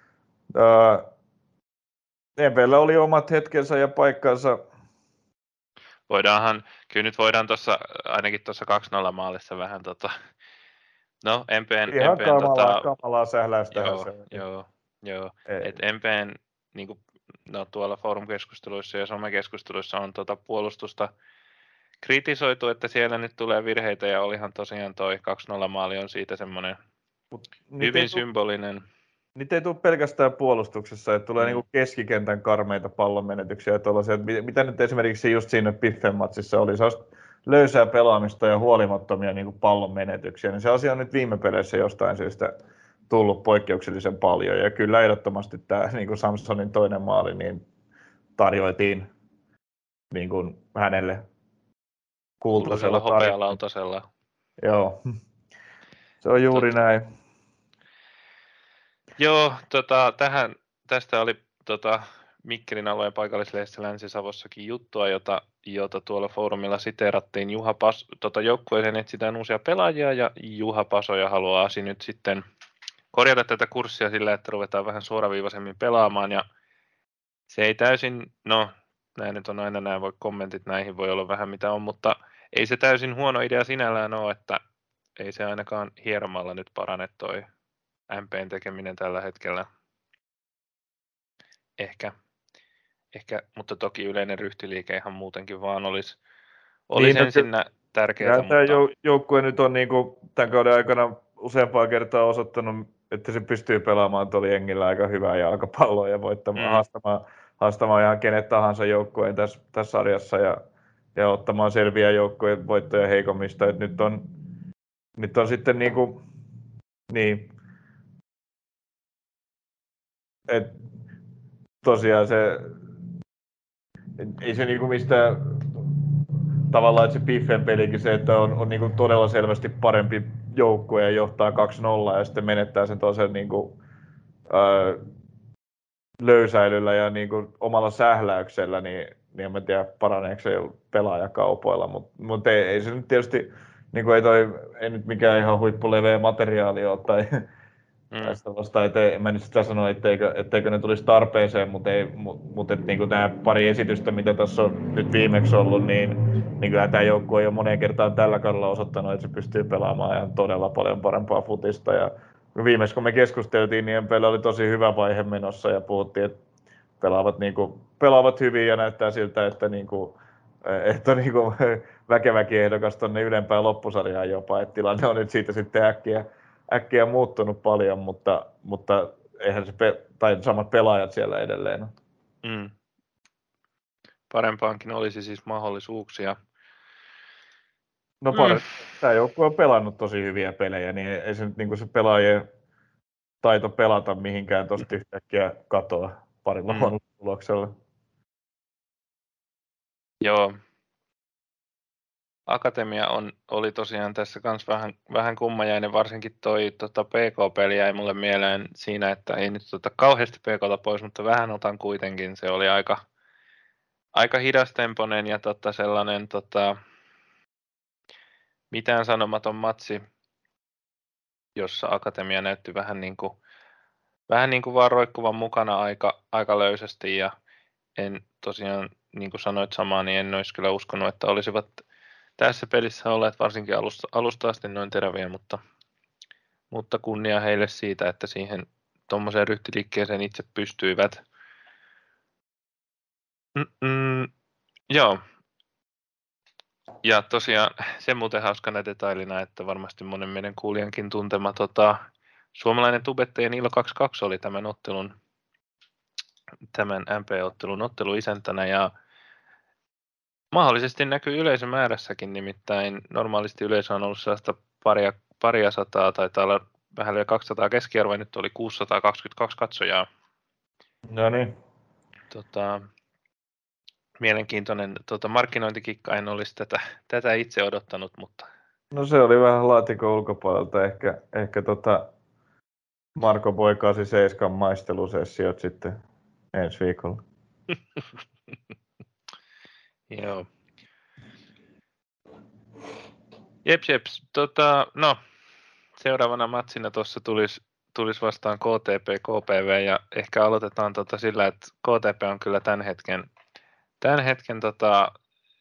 M P:llä oli omat hetkensä ja paikkansa. Voidaanhan, kyllä nyt voidaan tuossa, ainakin tuossa kaksi nolla maalissa vähän tota, no M P:n... Ihan M P:n, kamalaa, tota, kamalaa sähläystähän joo, se on. Joo, joo. Että M P:n niin kuin, no, tuolla forum-keskusteluissa ja somekeskusteluissa on tuota puolustusta kritisoitu, että siellä nyt tulee virheitä ja olihan tosiaan toi kaksi nolla maali on siitä semmoinen hyvin symbolinen. Niitä ei tule pelkästään puolustuksessa, että tulee mm. niinku keskikentän karmeita pallonmenetyksiä ja tuollaisia, että mitä nyt esimerkiksi just siinä Biffen matsissa oli, löysää pelaamista ja huolimattomia niinku pallonmenetyksiä, niin se asia on nyt viime peleissä jostain syystä tullut poikkeuksellisen paljon, ja kyllä ehdottomasti tämä niinku Samsonin toinen maali niin tarjoitiin niinku hänelle kultaisella hopealautasella. Joo, se on juuri Tot... näin. Joo, tota, tähän, tästä oli tota, Mikkelin alueen paikallislehdessä Länsi-Savossakin juttua, jota, jota tuolla foorumilla siteerattiin. Juha Pas, tota, joukkueeseen etsitään uusia pelaajia ja Juha Pasoja haluaa nyt sitten korjata tätä kurssia sillä, että ruvetaan vähän suoraviivaisemmin pelaamaan. Ja se ei täysin, no näin nyt on aina nämä voi, kommentit näihin voi olla vähän mitä on, mutta ei se täysin huono idea sinällään ole, että ei se ainakaan hieromalla nyt parane toi M P:n tekeminen tällä hetkellä. Ehkä, ehkä, mutta toki yleinen ryhtiliike ihan muutenkin vaan olisi, olisi niin, ensinnä tärkeää. Mutta... Tämä joukkue nyt on niin kuin tämän kauden aikana useampaa kertaa osoittanut, että se pystyy pelaamaan tuolla jengillä aika hyvää jalkapalloa ja voittamaan, mm. haastamaan, haastamaan ihan kenet tahansa joukkueen tässä, tässä sarjassa ja, ja ottamaan selviä joukkueen voittoja heikommista. Et nyt, on, nyt on sitten niin kuin, niin, et tosiaan se, ei se niinku mistään tavallaan, että se Biffen pelikin se, että on, on niinku todella selvästi parempi joukkue ja johtaa kaksi nolla ja sitten menettää sen toisen niinku, ää, löysäilyllä ja niinku omalla sähläyksellä, niin, niin en mä tiedä paraneeko se pelaajakaupoilla, mutta mut ei, ei se nyt tietysti, niinku ei, toi, ei nyt mikään ihan huippuleveä materiaali ole tai Mm. Sellaista, ettei, en mä nyt sitä sano, etteikö, etteikö ne tulisi tarpeeseen, mutta, ei, mut, mut et, niin nämä pari esitystä, mitä tässä on nyt viimeksi ollut, niin, niin kyllä tämä joukkue on jo moneen kertaan tällä kaudella osoittanut, että se pystyy pelaamaan ihan todella paljon parempaa futista. Ja viimeksi kun me keskusteltiin, niin M P:llä oli tosi hyvä vaihe menossa ja puhuttiin, että pelaavat, niin kuin, pelaavat hyvin ja näyttää siltä, että, niin kuin, että on niin kuin väkeväkin ehdokas tuonne ylempään loppusarjaan jopa, että tilanne on nyt siitä sitten äkkiä. äkkiä muuttunut paljon, mutta, mutta eihän se pe- tai samat pelaajat siellä edelleen ole. Mm. Parempaankin olisi siis mahdollisuuksia. No Mm. pari, tämä joukkue on pelannut tosi hyviä pelejä, niin ei se nyt niin se pelaajien taito pelata mihinkään tosta yhtäkkiä katoa parilla Mm. huonolla tuloksella. Joo. Akatemia on, oli tosiaan tässä kans vähän, vähän kummajainen, varsinkin toi tota, P K-peli jäi mulle mieleen siinä, että ei nyt tota, kauheasti P K:ta pois, mutta vähän otan kuitenkin. Se oli aika, aika hidastempoinen ja tota, sellainen tota, mitään sanomaton matsi, jossa Akatemia näytti vähän niin kuin, vähän niin kuin vaan roikkuvan mukana aika, aika löysästi ja en tosiaan, niin kuin sanoit samaa, niin en olisi kyllä uskonut, että olisivat tässä pelissä olleet varsinkin alusta, alusta asti noin teräviä, mutta, mutta kunnia heille siitä, että siihen tuommoiseen ryhtiliikkeeseen itse pystyivät. Mm-mm, joo. Ja tosiaan se muuten hauskana detailina, että varmasti monen meidän kuulijankin tuntema tota, suomalainen tubettajien Ilo kaksikymmentäkaksi oli tämän ottelun, tämän M P-ottelun otteluisäntänä ja mahdollisesti näkyy yleisömäärässäkin, nimittäin normaalisti yleisö on ollut sellaista paria, paria sataa, taitaa olla vähän yli kaksisataa keskiarvoa, nyt oli kuusisataakaksikymmentäkaksi katsojaa. No niin. Tota, mielenkiintoinen tota, markkinointikikka, en olisi tätä, tätä itse odottanut, mutta... No se oli vähän laatikon ulkopuolelta, ehkä, ehkä tota Marko Boy kahdeksankymmentäseitsemän maistelusessiot sitten ensi viikolla. Joo. Jeps, jeps. Tota, no, seuraavana matsina tuossa tulisi tulis vastaan K T P, K P V ja ehkä aloitetaan tota sillä, että K T P on kyllä tämän hetken, tämän hetken tota...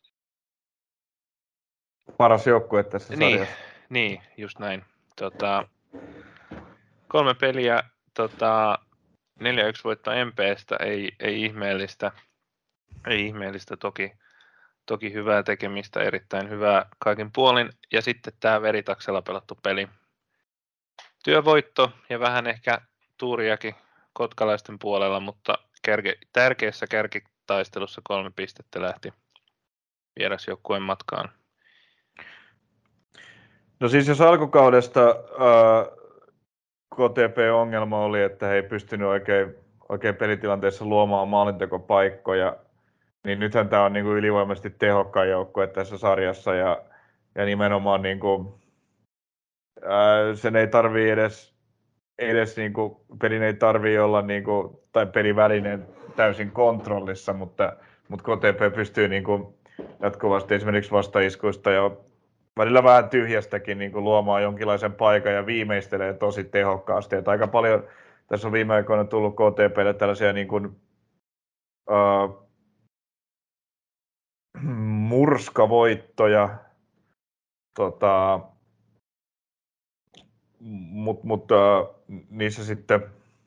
Paras joukkue tässä niin, sarjassa. Niin, just näin. Tota, kolme peliä, tota, neljä yksi voitto M P:stä, ei, ei ihmeellistä, ei ihmeellistä toki. Toki hyvää tekemistä, erittäin hyvää kaikin puolin. Ja sitten tämä veritaksella pelattu peli. Työvoitto ja vähän ehkä tuuriakin kotkalaisten puolella, mutta kärke, tärkeässä kärkitaistelussa kolme pistettä lähti vierasjoukkueen matkaan. No siis jos alkukaudesta ää, K T P-ongelma oli, että he ei pystynyt oikein, oikein pelitilanteessa luomaan maalintekopaikkoja, niin nythän tämä on niin kuin ylivoimaisesti tehokkain joukkue tässä sarjassa ja, ja nimenomaan niin kuin, ää, sen ei tarvii edes, edes niin kuin, pelin ei tarvii olla niin kuin, tai pelivälineen täysin kontrollissa, mutta, mutta K T P pystyy niin kuin, jatkuvasti esimerkiksi vastaiskuista ja välillä vähän tyhjästäkin niin kuin luomaan jonkinlaisen paikan ja viimeistelee tosi tehokkaasti. Että aika paljon tässä on viime aikoina tullut K T P:lle tällaisia niin kuin, uh, murskavoittoja, tota, mutta mut, uh, niissä sitten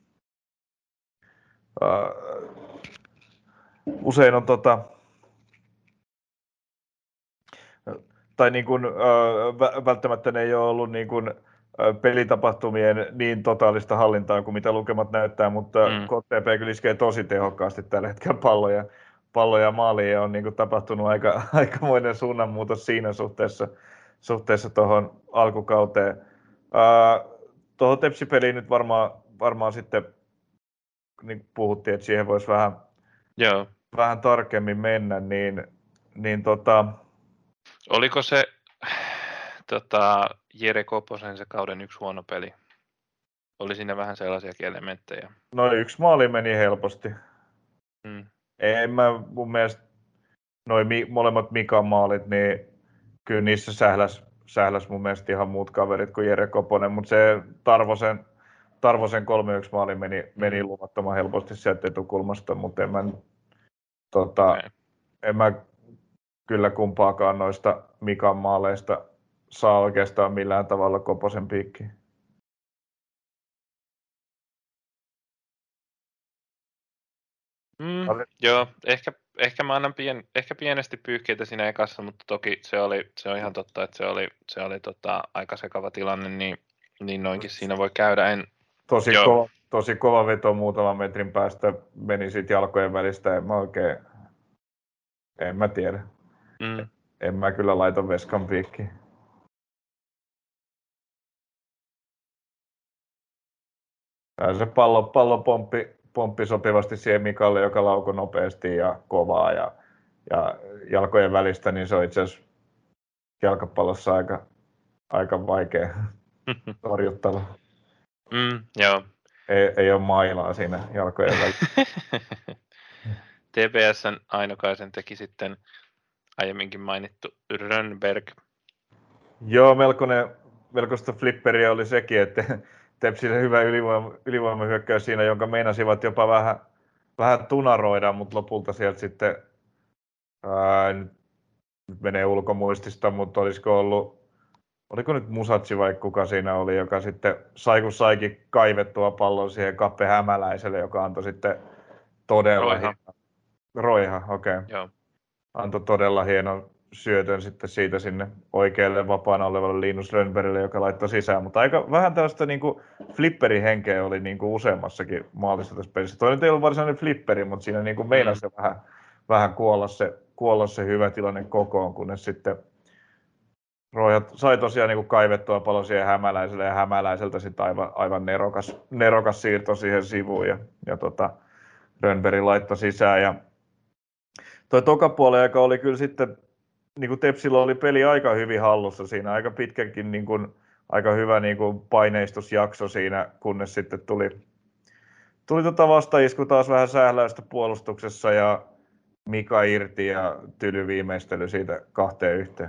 uh, usein on tota, tai niin kuin, uh, välttämättä ne ei ole ollut niin kuin, pelitapahtumien niin totaalista hallintaa kuin mitä lukemat näyttää, mutta Mm. K T P kyllä iskee tosi tehokkaasti tällä hetkellä palloja, palloja maaliin ja on niin kuin tapahtunut aika, aikamoinen suunnanmuutos siinä suhteessa, suhteessa tuohon alkukauteen. Uh, tuohon Tepsi-peliin nyt varmaan, varmaan sitten niin puhuttiin, että siihen voisi vähän, Joo. vähän tarkemmin mennä, niin, niin tota, Oliko se tota, Jere Koposen se kauden yksi huono peli? Oli siinä vähän sellaisiakin elementtejä. no yksi maali meni helposti. Mm. En mä mun mielestä noi mi, molemmat Mikan maalit, niin kyllä niissä sähläs, sähläs mun mielestä ihan muut kaverit kuin Jere Koponen, mutta se Tarvosen, Tarvosen kolme yksi maali meni, meni luvattoman helposti sieltä etukulmasta, mutta en mä, tota, Okay. en mä kyllä kumpaakaan noista Mikan maaleista saa oikeastaan millään tavalla Koposen piikkiin. Mm, joo, ehkä, ehkä mä annan pien, ehkä pienesti pyyhkeitä siinä ekassa, mutta toki se, oli, se on ihan totta, että se oli, se oli tota, aika sekava tilanne, niin, niin noinkin siinä voi käydä. En, tosi, kova, tosi kova veto muutaman metrin päästä meni siitä jalkojen välistä, en mä oikein, en mä tiedä. Mm. En mä kyllä laita veskan piikkiin. se pallo, pallo pomppi, pomppi sopivasti siihen Mikalle, joka laukoi nopeasti ja kovaa ja, ja jalkojen välistä, niin se on itse asiassa jalkapallossa aika, aika vaikea torjuttava. Mm, joo. Ei, ei ole mailaa siinä jalkojen välissä. T P S:n Ainokaisen teki sitten aiemminkin mainittu Rönnberg. Joo, melkoinen, melkoista flipperiä oli sekin, että Tepsille hyvä ylivoima, ylivoimahyökkäys siinä, jonka meinasivat jopa vähän, vähän tunaroida, mutta lopulta sieltä sitten, ää, nyt menee ulkomuistista, mutta olisiko ollut, oliko nyt Musatsi vai kuka siinä oli, joka sitten sai kun saikin kaivettua pallon siihen Kappe Hämäläiselle, joka antoi sitten todella Roiha. hienon, Roiha, okei. Okay. Joo. Antoi todella hienon syötön sitten siitä sinne oikealle vapaana olevalle Linus Rönnbergille, joka laittoi sisään. Mutta aika vähän tällaista niin kuin flipperihenkeä oli niin kuin useammassakin maalissa tässä pelissä. Toi nyt ei ollut varsinainen flipperi, mutta siinä niin kuin meinasi mm. vähän, vähän kuolla, se, kuolla se hyvä tilanne kokoon, kunnes sitten Roja sai tosiaan niin kuin kaivettua pallon siihen Hämäläiselle ja Hämäläiseltä sitten aivan, aivan nerokas, nerokas siirto siihen sivuun ja, ja tota, Rönnberg laittoi sisään. Ja toi toka puoli aika oli kyllä sitten, niin kuin Tepsillä oli peli aika hyvin hallussa siinä, aika pitkänkin niin kuin, aika hyvä niin kuin paineistusjakso siinä, kunnes sitten tuli, tuli tota vastaisku taas vähän sähläystä puolustuksessa ja Mika irti ja tyly viimeistely siitä kahteen yhteen.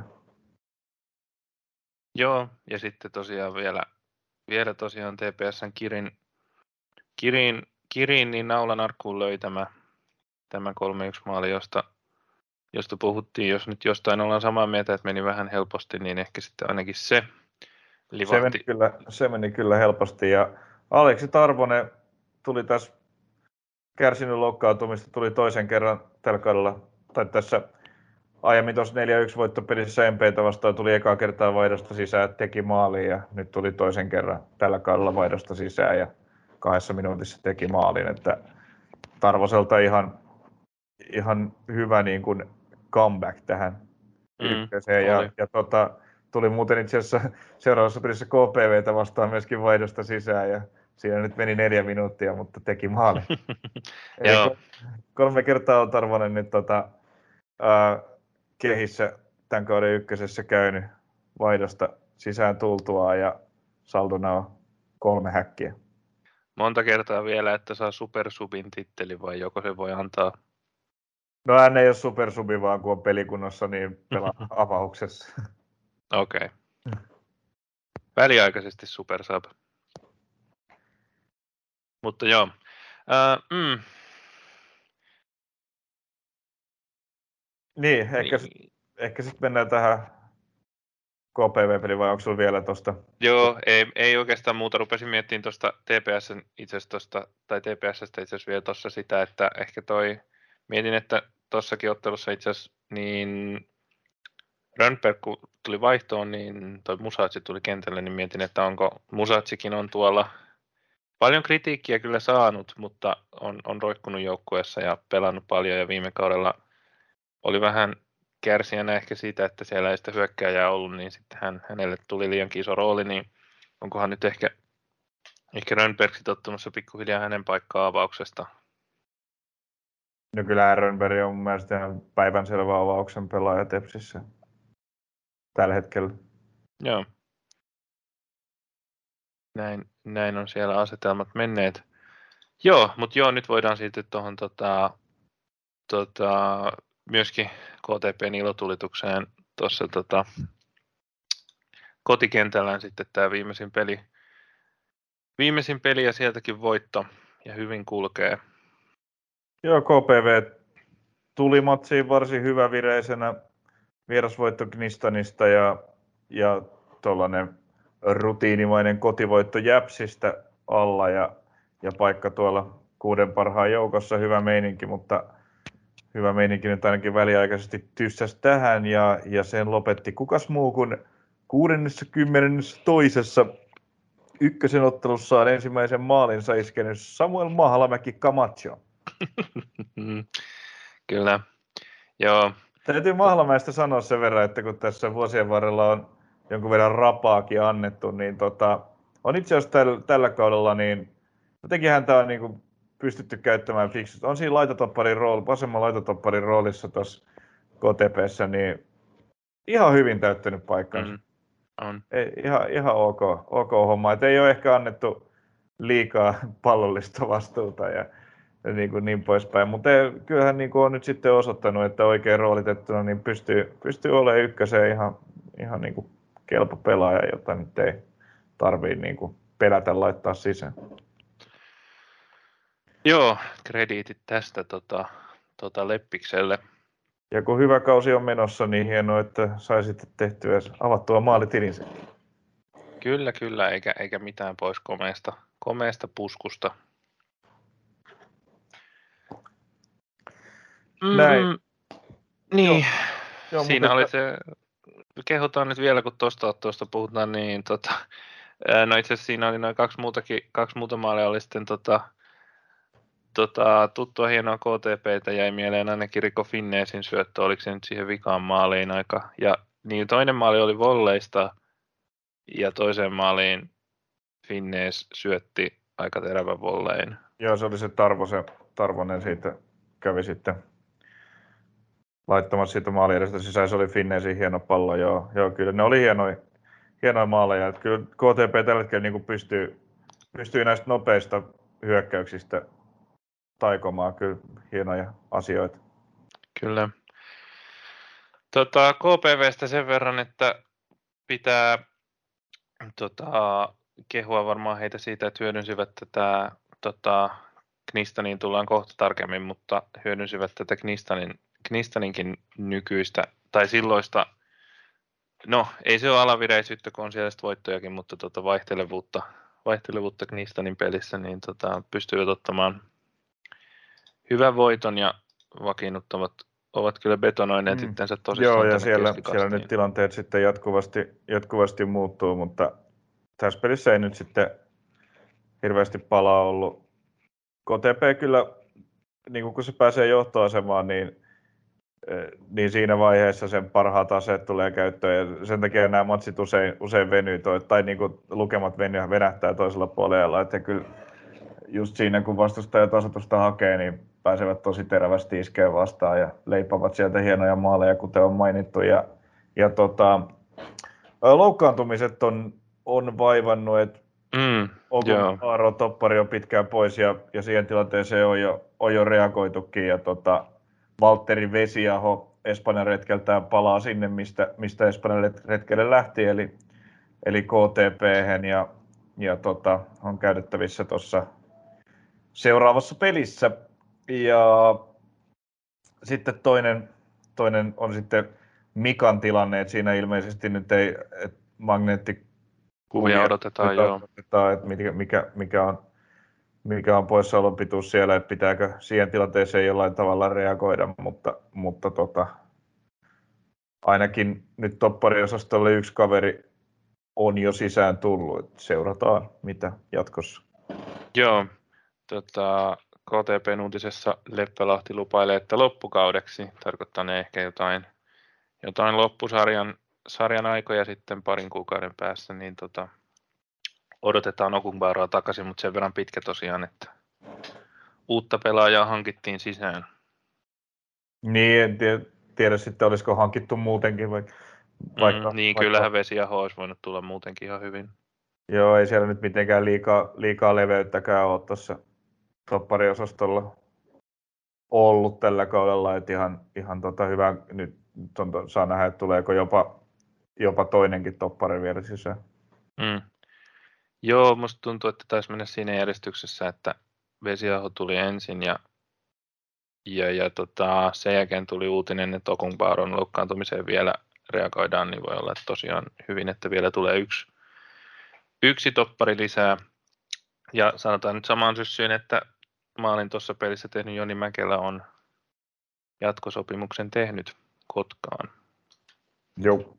Joo, ja sitten tosiaan vielä, vielä tosiaan T P S:n Kirin, Kirin, Kirin niin naulan arkkuun löi tämä, tämä kolme yksi maali, josta, josta puhuttiin. Jos nyt jostain ollaan samaa mieltä, että meni vähän helposti, niin ehkä sitten ainakin se livahti. Se meni kyllä, se meni kyllä helposti ja Aleksi Tarvonen tuli tässä kärsinyt loukkaantumista, tuli toisen kerran tällä kaudella, tai tässä aiemmin tuossa neljä yksi voittopelissä M P:tä vastaan tuli ekaa kertaa vaihdosta sisään, teki maalin ja nyt tuli toisen kerran tällä kaudella vaihdosta sisään ja kahdessa minuutissa teki maalin, että Tarvoselta ihan, ihan hyvä niin kuin comeback tähän mm, ykköseen ja, ja tota, tuli muuten itse asiassa seuraavassa pelissä K P V:tä vastaan myöskin vaihdosta sisään ja siinä nyt meni neljä minuuttia, mutta teki maalin. Eli kolme kertaa on Tarvonen nyt tota, ää, kehissä tämän kauden ykkösessä käynyt vaihdosta sisään tultuaan ja saldona on kolme häkkiä. Monta kertaa vielä, että saa supersubin titteli vai joko se voi antaa? No hän ei ole supersubi vaan kun on pelikunnossa, niin pelaa avauksessa. Okei. Okay. Väliaikaisesti supersub. Mutta joo. Uh, mm. Niin, ehkä, niin. ehkä sitten mennään tähän K P V-peliin, vai onko sinulla vielä tuosta? Joo, ei, ei oikeastaan muuta. Rupesin miettimään tuosta T P S:n itse asiassa tai T P S:stä itse asiassa vielä tuossa sitä, että ehkä toi, mietin, että tuossakin ottelussa itse asiassa, niin Rönnberg, kun tuli vaihtoon, niin toi Musatsi tuli kentälle, niin mietin, että onko Musatsikin on tuolla paljon kritiikkiä kyllä saanut, mutta on, on roikkunut joukkueessa ja pelannut paljon ja viime kaudella oli vähän kärsijänä ehkä siitä, että siellä ei sitä hyökkääjää ollut, niin sitten hän, hänelle tuli liiankin iso rooli, niin onkohan nyt ehkä, ehkä Rönnberg ottamassa pikkuhiljaa hänen paikkaa avauksesta? No kyllähän Rönnberg on mun mielestä ihan päivänselvä avauksen pelaaja Tepsissä tällä hetkellä. Joo. Näin, näin on siellä asetelmat menneet. Joo, mutta joo, nyt voidaan sitten tuohon tota, tota, myöskin K T P:n ilotulitukseen tuossa tota, kotikentällään sitten tämä viimeisin peli. Viimeisin peli ja sieltäkin voitto ja hyvin kulkee. Joo, K P V tuli matsiin varsin hyvävireisenä vierasvoitto Knistanista ja, ja tuollainen rutiinimainen kotivoitto Jäpsistä alla ja, ja paikka tuolla kuuden parhaan joukossa, hyvä meininki, mutta hyvä meininki nyt ainakin väliaikaisesti tyssäsi tähän ja, ja sen lopetti kukas muu kuin kuudennessa kymmenennessä toisessa ykkösen ottelussaan ensimmäisen maalinsa iskenyt Samuel Mahlamäki Camacho. Kyllä, joo. Täytyy Mahlamäestä sanoa sen verran, että kun tässä vuosien varrella on jonkun verran rapaakin annettu, niin tota, on itse asiassa tällä, tällä kaudella niin Jotenkin häntä on niin kuin pystytty käyttämään fiksusti. On siinä laitotopparin rooli, vasemman laitotopparin roolissa tuossa K T P:ssä, niin ihan hyvin täyttänyt paikkansa. Mm, on. Ei, ihan, ihan ok, ok homma. Et ei ole ehkä annettu liikaa pallollista vastuuta ja, ja niin, kuin niin poispäin. Mutta kyllähän niin kuin on nyt sitten osoittanut, että oikein roolitettuna niin pystyy, pystyy olemaan ykköseen ihan, ihan niin kuin kelpo pelaaja, jota nyt ei tarvitse niin kuin pelätä laittaa sisään. Joo, krediitit tästä tota, tota Leppikselle. Ja kun hyvä kausi on menossa, niin hienoa, että sai sitten tehtyä avattua maalitilinsä. Kyllä, kyllä, eikä, eikä mitään pois komeasta, komeasta puskusta. Näin. Mm, niin, Joo, joo, siinä mutta oli se, kehotaan nyt vielä, kun tuosta tuosta puhutaan, niin tota, no itse asiassa siinä oli noin kaksi muutakin, kaksi muuta maalia oli sitten tota, tota, tuttua hienoa K T P:tä jäi mieleen ainakin Rico Finneesin syöttö, oliko se nyt siihen vikaan maaliin aika, ja niin toinen maali oli volleista, ja toiseen maaliin Finnees syötti aika terävän vollein. joo, se oli se Tarvo, se Tarvonen siitä kävi sitten laittamassa siitä maali edestä sisään. Se oli Finneesin hieno pallo, joo, joo kyllä ne oli hienoja, hienoja maaleja. Että kyllä K T P tällä hetkellä niin kuin pystyy, pystyy näistä nopeista hyökkäyksistä taikomaan kyllä hienoja asioita. Kyllä. Tota, K P V:stä sen verran, että pitää tota, kehua varmaan heitä siitä, että hyödynsivät tätä tota, Knistaniin tullaan kohta tarkemmin, mutta hyödynsivät tätä Knistanin, Knistaninkin nykyistä tai silloista, no ei se ole alavireisyyttä, kun on siellä voittojakin, mutta tota, vaihtelevuutta, vaihtelevuutta Knistanin pelissä, niin tota, pystyvät ottamaan hyvän voiton ja vakiinnuttavat ovat kyllä betonoineet mm. itsensä tosissaan. Joo, ja siellä, siellä nyt tilanteet sitten jatkuvasti, jatkuvasti muuttuu, mutta tässä pelissä ei nyt sitten hirveästi palaa ollut. K T P kyllä, niin kun se pääsee johtoasemaan, niin, niin siinä vaiheessa sen parhaat aseet tulee käyttöön, ja sen takia nämä matsit usein, usein venyy, tai niin kuin lukemat venyy, venähtää toisella puolella, että kyllä just siinä, kun vastustaja tasoitusta hakee, niin pääsevät tosi terävästi iskeen vastaan ja leipavat sieltä hienoja maaleja, kuten on mainittu. Ja, ja tota, loukkaantumiset on, on vaivannut, että mm, Aaro toppari on pitkään pois ja, ja siihen tilanteeseen on jo, on jo reagoitukin. Ja tota, Valtteri Vesiaho Espanjan retkeltään palaa sinne, mistä, mistä Espanjan retkelle lähti, eli, eli K T P:hen ja, ja tota, on käytettävissä tuossa seuraavassa pelissä. Ja sitten toinen, toinen on sitten Mikan tilanne, että siinä ilmeisesti nyt ei magneettikuvia odotetaan, joo. odotetaan, että mikä, mikä, mikä on, mikä on poissaolon pituus siellä, että pitääkö siihen tilanteeseen jollain tavalla reagoida, mutta, mutta tota, ainakin nyt toppariosastolle yksi kaveri on jo sisään tullut, että seurataan mitä jatkossa. Joo, tota, K T P:n uutisessa Leppälahti lupailee, että loppukaudeksi tarkoittanee ehkä jotain, jotain loppusarjan sarjan aikoja sitten parin kuukauden päässä, niin tota, odotetaan Okunbaaroa takaisin, mutta sen verran pitkä tosiaan, että uutta pelaajaa hankittiin sisään. Niin, en tiedä, tiedä sitten, olisiko hankittu muutenkin. Vaikka, vaikka, mm, niin, vaikka, kyllähän Vesiaho olisi voinut tulla muutenkin ihan hyvin. Joo, ei siellä nyt mitenkään liikaa, liikaa leveyttäkään ole tuossa toppariosastolla ollut tällä kaudella, että ihan, ihan tota hyvä, nyt on, saa nähdä, että tuleeko jopa, jopa toinenkin toppari vielä sisään. Mm. Joo, musta tuntuu, että taisi mennä siinä järjestyksessä, että Vesiaho tuli ensin ja, ja, ja tota, sen jälkeen tuli uutinen, että Okunbaaron loukkaantumiseen vielä reagoidaan, niin voi olla että tosiaan hyvin, että vielä tulee yksi, yksi toppari lisää. Ja sanotaan nyt samaan syssyyn, että maalin tuossa pelissä tehnyt Joni Mäkelä on jatkosopimuksen tehnyt Kotkaan. Joo.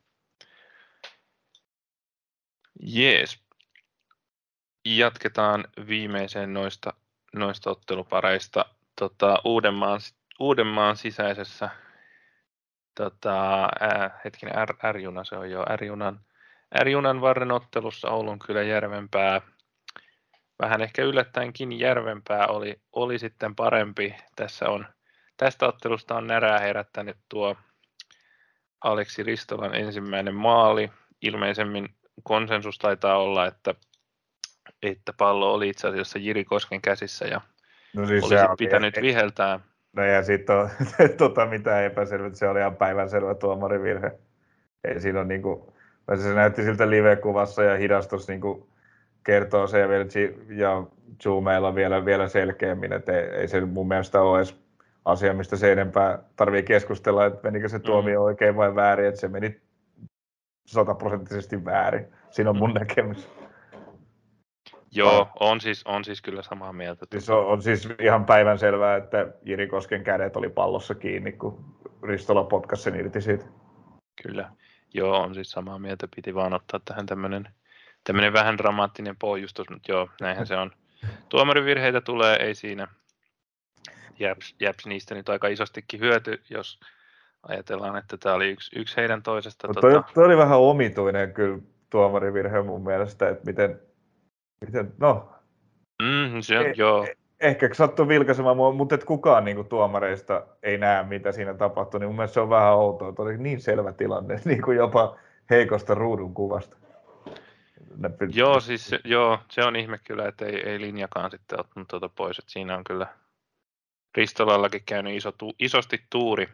Jees. Jatketaan viimeiseen noista, noista ottelupareista. Tota, Uudenmaan, Uudenmaan sisäisessä tota, ää, hetkinen, R, R-juna se on jo, R-junan, R-junan varren ottelussa Oulun kylä Järvenpää vähän ehkä yllättäenkin Järvenpää oli, oli sitten parempi. Tässä on, tästä ottelusta on närää herättänyt tuo Aleksi Ristolan ensimmäinen maali. Ilmeisemmin konsensus taitaa olla, että, että pallo oli itse asiassa Jiri Kosken käsissä ja no siis olisi oli, pitänyt viheltää. No ja sitten on tota, mitään epäselvää, se oli ihan päivänselvä tuomarivirhe. Ei siinä on niinku, se näytti siltä live-kuvassa ja hidastus niinku kertoo se ja, vielä, ja zoomeilla vielä, vielä selkeämmin, että ei, ei se mun mielestä ole edes asia, mistä se enempää tarvii keskustella, että menikö se tuomio mm. oikein vai väärin, että se meni sataprosenttisesti väärin. Siinä on mun mm. näkemys. Joo, on siis, on siis kyllä samaa mieltä. Siis on, on siis ihan päivänselvää, että Jiri Kosken kädet oli pallossa kiinni, kun Ristola potkasi sen irti siitä. Kyllä, joo, on siis samaa mieltä. Piti vaan ottaa tähän tämmöinen tämmöinen vähän dramaattinen pohjustus, mutta joo, näinhän se on. Tuomarivirheitä tulee, ei siinä. Japs, Japs niistä nyt aika isostikin hyöty, jos ajatellaan, että tämä oli yksi, yksi heidän toisesta. Mutta tota... toi, toi oli vähän omituinen kyllä tuomarivirhe mun mielestä, että miten, miten no, mm, se on, eh, joo. ehkä sattui vilkaisemaan, mutta että kukaan niin kuin tuomareista ei näe, mitä siinä tapahtui, niin mun mielestä se on vähän outoa, että oli niin selvä tilanne, niin kuin jopa heikosta ruudun kuvasta. Joo, siis se, joo, se on ihme kyllä, että ei, ei linjakaan sitten ottanut tuota pois, että siinä on kyllä Ristolallakin käynyt iso, tu, isosti tuuri.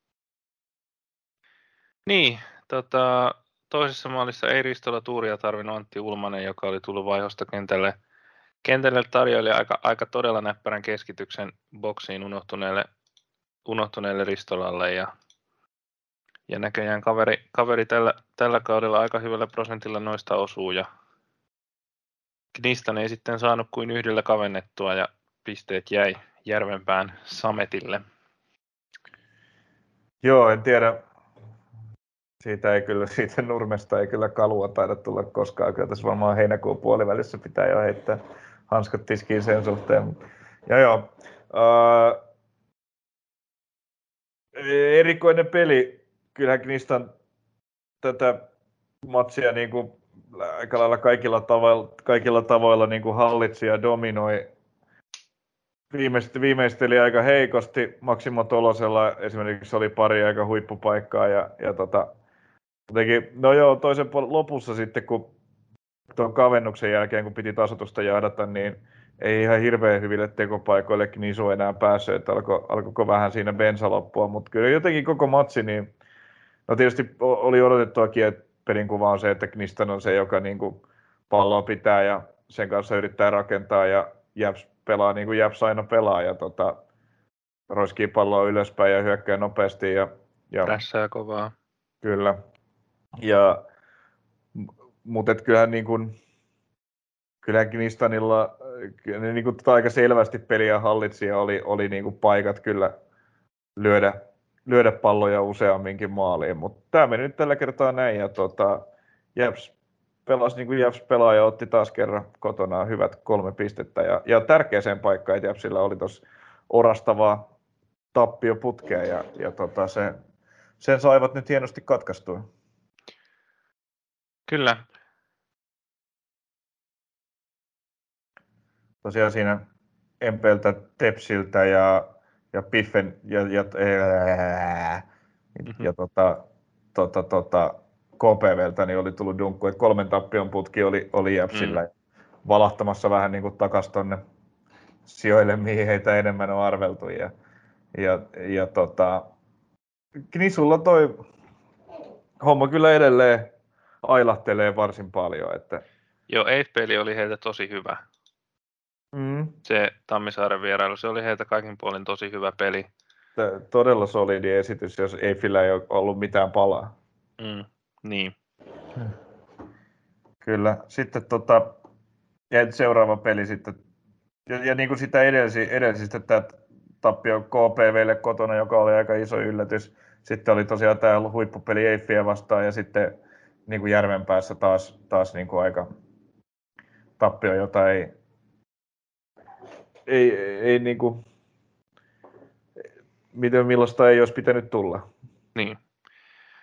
Niin, tota, toisessa maalissa ei Ristola tuuria tarvinnut Antti Ulmanen, joka oli tullut vaihosta kentälle. Kentälle tarjoili aika, aika todella näppärän keskityksen boksiin unohtuneelle, unohtuneelle Ristolalle ja, ja näköjään kaveri, kaveri tällä, tällä kaudella aika hyvällä prosentilla noista osuu ja Knistan ei sitten saanut kuin yhdellä kavennettua ja pisteet jäi Järvenpään Sametille. Joo, en tiedä. Siitä ei kyllä, siitä Nurmesta ei kyllä kalua taida tulla koskaan. Kyllä tässä varmaan heinäkuun puolivälissä pitää jo heittää hanskat tiskiin sen suhteen. Ja joo, äh, erikoinen peli. Kyllähän Knistan tätä matsia niin kuin aika lailla kaikilla tavoilla, kaikilla tavoilla niin kuin hallitsi ja dominoi. Viimeisteli, viimeisteli aika heikosti. Maksimo Tolosella esimerkiksi oli pari aika huippupaikkaa ja, ja tota, jotenkin, no joo, toisen lopussa sitten, kun tuon kavennuksen jälkeen, kun piti tasoitusta jahdata, niin ei ihan hirveän hyville tekopaikoille Knisu enää päässyt, että alko, alkoiko vähän siinä bensa loppua, mutta kyllä jotenkin koko matsi, niin no tietysti oli odotettuakin, että pelin kuva on se, että Knistan on se, joka niin kuin palloa pitää ja sen kanssa yrittää rakentaa ja Japs pelaa niin kuin Japs aina pelaa ja tota, roiskii palloa ylöspäin ja hyökkää nopeasti. Ja, ja Prässää kovaa. Kyllä. Ja, mutta kyllähän niin kuin, kyllähän Knistanilla ne niin kuin aika selvästi peliä hallitsi ja oli, oli niin kuin paikat kyllä lyödä, lyödä palloja useamminkin maaliin, mutta tämä meni nyt tällä kertaa näin ja tota, Japs pelasi niin kuin Japs pelaa ja otti taas kerran kotonaan hyvät kolme pistettä ja, ja tärkeäseen paikkaan, että Japsilla oli tuossa orastavaa tappioputkea ja, ja tota se, sen saivat nyt hienosti katkaistua. Kyllä. Tosiaan siinä Empeltä, Tepsiltä ja, ja Piffen ja, ja, ää, Mm-hmm. ja tota, tota, tota, K P V:ltä niin oli tullut dunkku, että kolmen tappion putki oli, oli Jäpsillä mm. valahtamassa vähän niin kuin takaisin tuonne sijoille, mihin heitä enemmän on arveltu. Ja, ja, ja tota, Knisulla toi homma kyllä edelleen ailahtelee varsin paljon. Että joo, Eiffeli oli heiltä tosi hyvä. Mm. Se Tammisaaren vierailu, se oli heiltä kaikin puolin tosi hyvä peli. Todella solidi esitys, jos Eiffillä ei ole ollut mitään palaa. Mm, niin. Kyllä. Sitten tota, ja seuraava peli sitten, ja, ja niin kuin sitä edelsi, edelsi tämä tappio K P V:lle kotona, joka oli aika iso yllätys. Sitten oli tosiaan tämä huippupeli Eiffiä vastaan ja sitten niin kuin Järvenpäässä taas, taas niin kuin aika tappio, jota ei, ei, ei niin kuin, miten millaista ei olisi pitänyt tulla. Niin.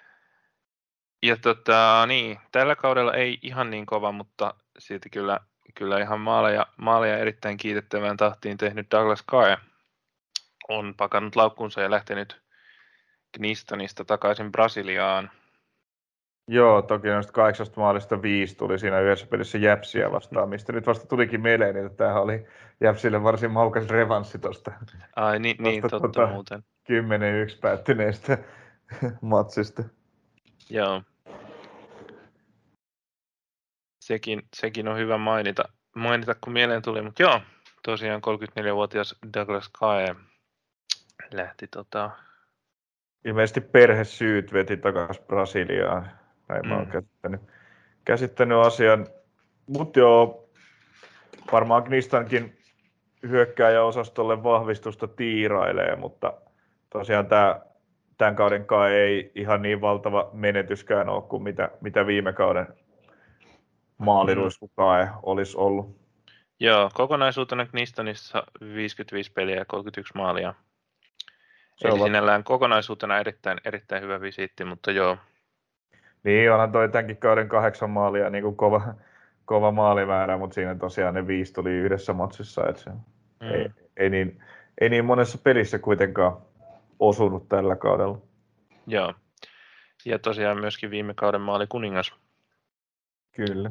Ja tota, niin, tällä kaudella ei ihan niin kova, mutta silti kyllä, kyllä ihan maaleja, maaleja erittäin kiitettävään tahtiin tehnyt Douglas Kae on pakannut laukkunsa ja lähtenyt Knistonista takaisin Brasiliaan. Joo, toki noista kahdeksasta maalista viisi tuli siinä yhdessä pelissä Jäpsiä vastaan, mistä nyt vasta tulikin mieleen, että tämähän oli Jäpsille varsin maukas revanssi tuosta. Ai niin, niin totta tota, muuten. kymmenen yksi päättyneestä matsista. Joo. Sekin, sekin on hyvä mainita, mainita, kun mieleen tuli, mutta joo, tosiaan kolmekymmentäneljävuotias Douglas Kae lähti tota... Ilmeisesti perhesyyt veti takaisin Brasiliaan. Näin mm. mä oon käsittänyt, käsittänyt asian. Mutta joo, varmaan Knistankin hyökkääjäosastolle vahvistusta tiirailee, mutta tosiaan tämä tämän kauden kai ei ihan niin valtava menetyskään ole kuin mitä, mitä viime kauden maaliruiskukaan mm. olisi ollut. Joo, kokonaisuutena Knistonissa viisikymmentäviisi peliä ja kolmekymmentäyksi maalia. Se Eli on sinällään kokonaisuutena erittäin, erittäin hyvä visiitti, mutta joo. Niin, onhan toi tämänkin kauden kahdeksan maalia niin kuin kova, kova maalimäärä, mutta siinä tosiaan ne viisi tuli yhdessä matsissa. Että se mm. ei, ei, niin, ei niin monessa pelissä kuitenkaan osunut tällä kaudella. Joo, ja tosiaan myöskin viime kauden maali kuningas. Kyllä.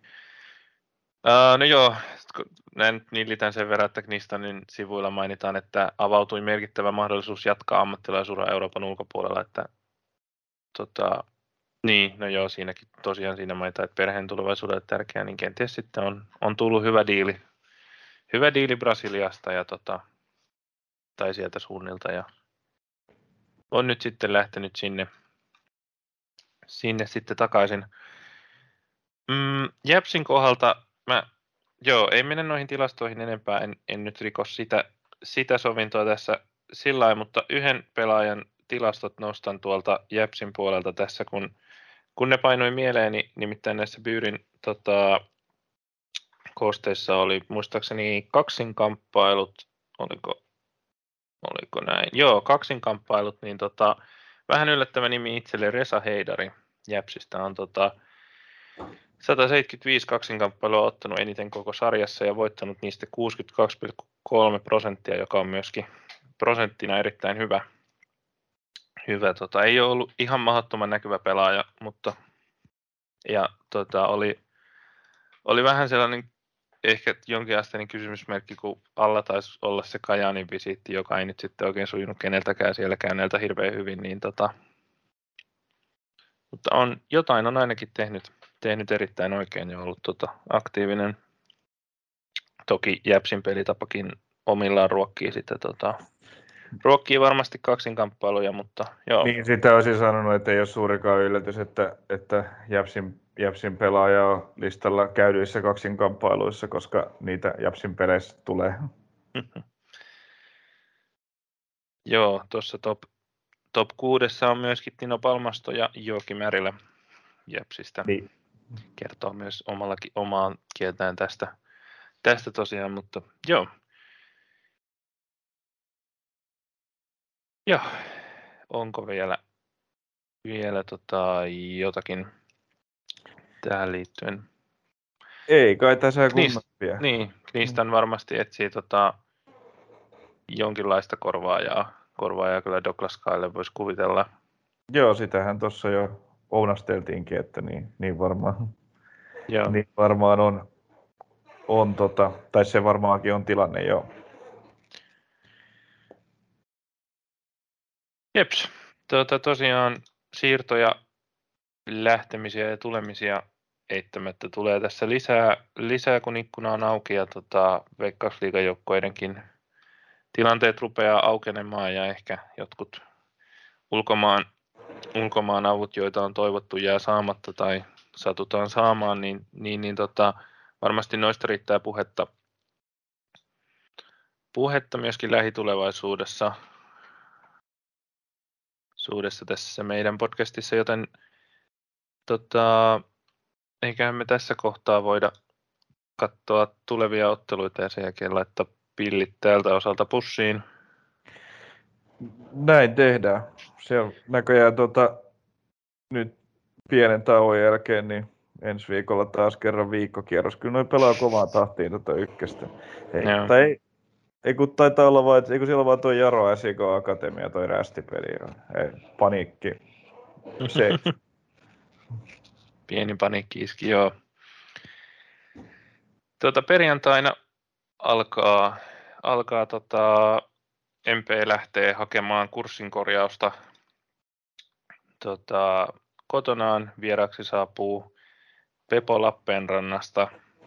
Uh, no joo, näin nillitän sen verran, että Knistonin sivuilla mainitaan, että avautui merkittävä mahdollisuus jatkaa ammattilaisuraa Euroopan ulkopuolella, että tota, niin, no joo, siinäkin tosiaan siinä mainitaan, että perheen tulevaisuudelle tärkeää, niin kenties sitten on, on tullut hyvä diili, hyvä diili Brasiliasta ja tota, tai sieltä suunnilta ja on nyt sitten lähtenyt sinne, sinne sitten takaisin. Mm, Jäpsin kohdalta mä, joo, ei mene noihin tilastoihin enempää, en, en nyt riko sitä, sitä sovintoa tässä sillä lailla, mutta yhden pelaajan tilastot nostan tuolta Jäpsin puolelta tässä, kun, kun ne painoi mieleeni, nimittäin näissä Byyrin tota, koosteissa oli muistaakseni kaksinkamppailut, oliko, oliko näin? Joo, kaksinkamppailut, niin tota, vähän yllättävä nimi itselle Reza Heidari Jäpsistä on tota, sata seitsemänkymmentäviisi kaksinkamppailua ottanut eniten koko sarjassa ja voittanut niistä kuusikymmentäkaksi pilkku kolme prosenttia, joka on myöskin prosenttina erittäin hyvä. hyvä tota, ei ole ollut ihan mahdottoman näkyvä pelaaja, mutta ja, tota, oli, oli vähän sellainen ehkä jonkinasteinen kysymysmerkki, kun alla taisi olla se Kajaanin visiitti, joka ei nyt sitten oikein sujunut keneltäkään siellä käyneeltä hirveän hyvin, niin tota, mutta on, jotain on ainakin tehnyt, tehnyt erittäin oikein ja ollut tota, aktiivinen. Toki Jäpsin pelitapakin omillaan ruokkii sitten tota, ruokkii varmasti kaksinkamppailuja, mutta joo. Niin, sitä olisin sanonut, että ei ole suurikaan yllätys, että, että Jäpsin, Jäpsin pelaaja on listalla käydyissä kaksinkamppailuissa, koska niitä Jäpsin peleissä tulee. Joo, tuossa top, top kuudessa on myöskin Tino Palmasto ja Jooki Märilä Jäpsistä. Niin. Kertoo myös omalla, omaan kieltään tästä, tästä tosiaan, mutta joo. Joo, onko vielä, vielä tota jotakin tähän liittyen? Ei kai tässä kunnoppia. Niin, Kniston varmasti etsii tota, jonkinlaista korvaajaa. Korvaajaa kyllä Douglas Kaelle voisi kuvitella. Joo, sitähän tuossa jo ounasteltiinkin, että niin, niin, varmaan, joo. niin varmaan on, on tota, tai se varmaankin on tilanne, joo. Jeps, tuota, tosiaan siirtoja, lähtemisiä ja tulemisia eittämättä tulee tässä lisää, lisää kun ikkuna on auki ja tota, Veikkausliigajoukkoidenkin tilanteet rupeaa aukenemaan ja ehkä jotkut ulkomaan, ulkomaan avut, joita on toivottu, jää saamatta tai satutaan saamaan, niin, niin, niin tota, varmasti noista riittää puhetta, puhetta myöskin lähitulevaisuudessa suudessa tässä meidän podcastissa, joten tota, eiköhän me tässä kohtaa voida katsoa tulevia otteluita ja sen jälkeen laittaa pillit täältä osalta pussiin. Näin tehdään. Se on näköjään tota, nyt pienen tauon jälkeen niin ensi viikolla taas kerran viikkokierros. Kyllä noi pelaa kovaa tahtiin tuota ykköstä. Ei, Joo. tai ei, ei kun taitaa olla vaan, eikö siellä vaan tuo Jaro S I K Akatemia, toi rästipeli. Ei, paniikki. Se. Pieni paniikki iski, joo. Tuota, perjantaina alkaa, alkaa tota, M P lähtee hakemaan kurssin korjausta. Tota, kotonaan vieraksi saapuu Pepo Lappeenrannasta.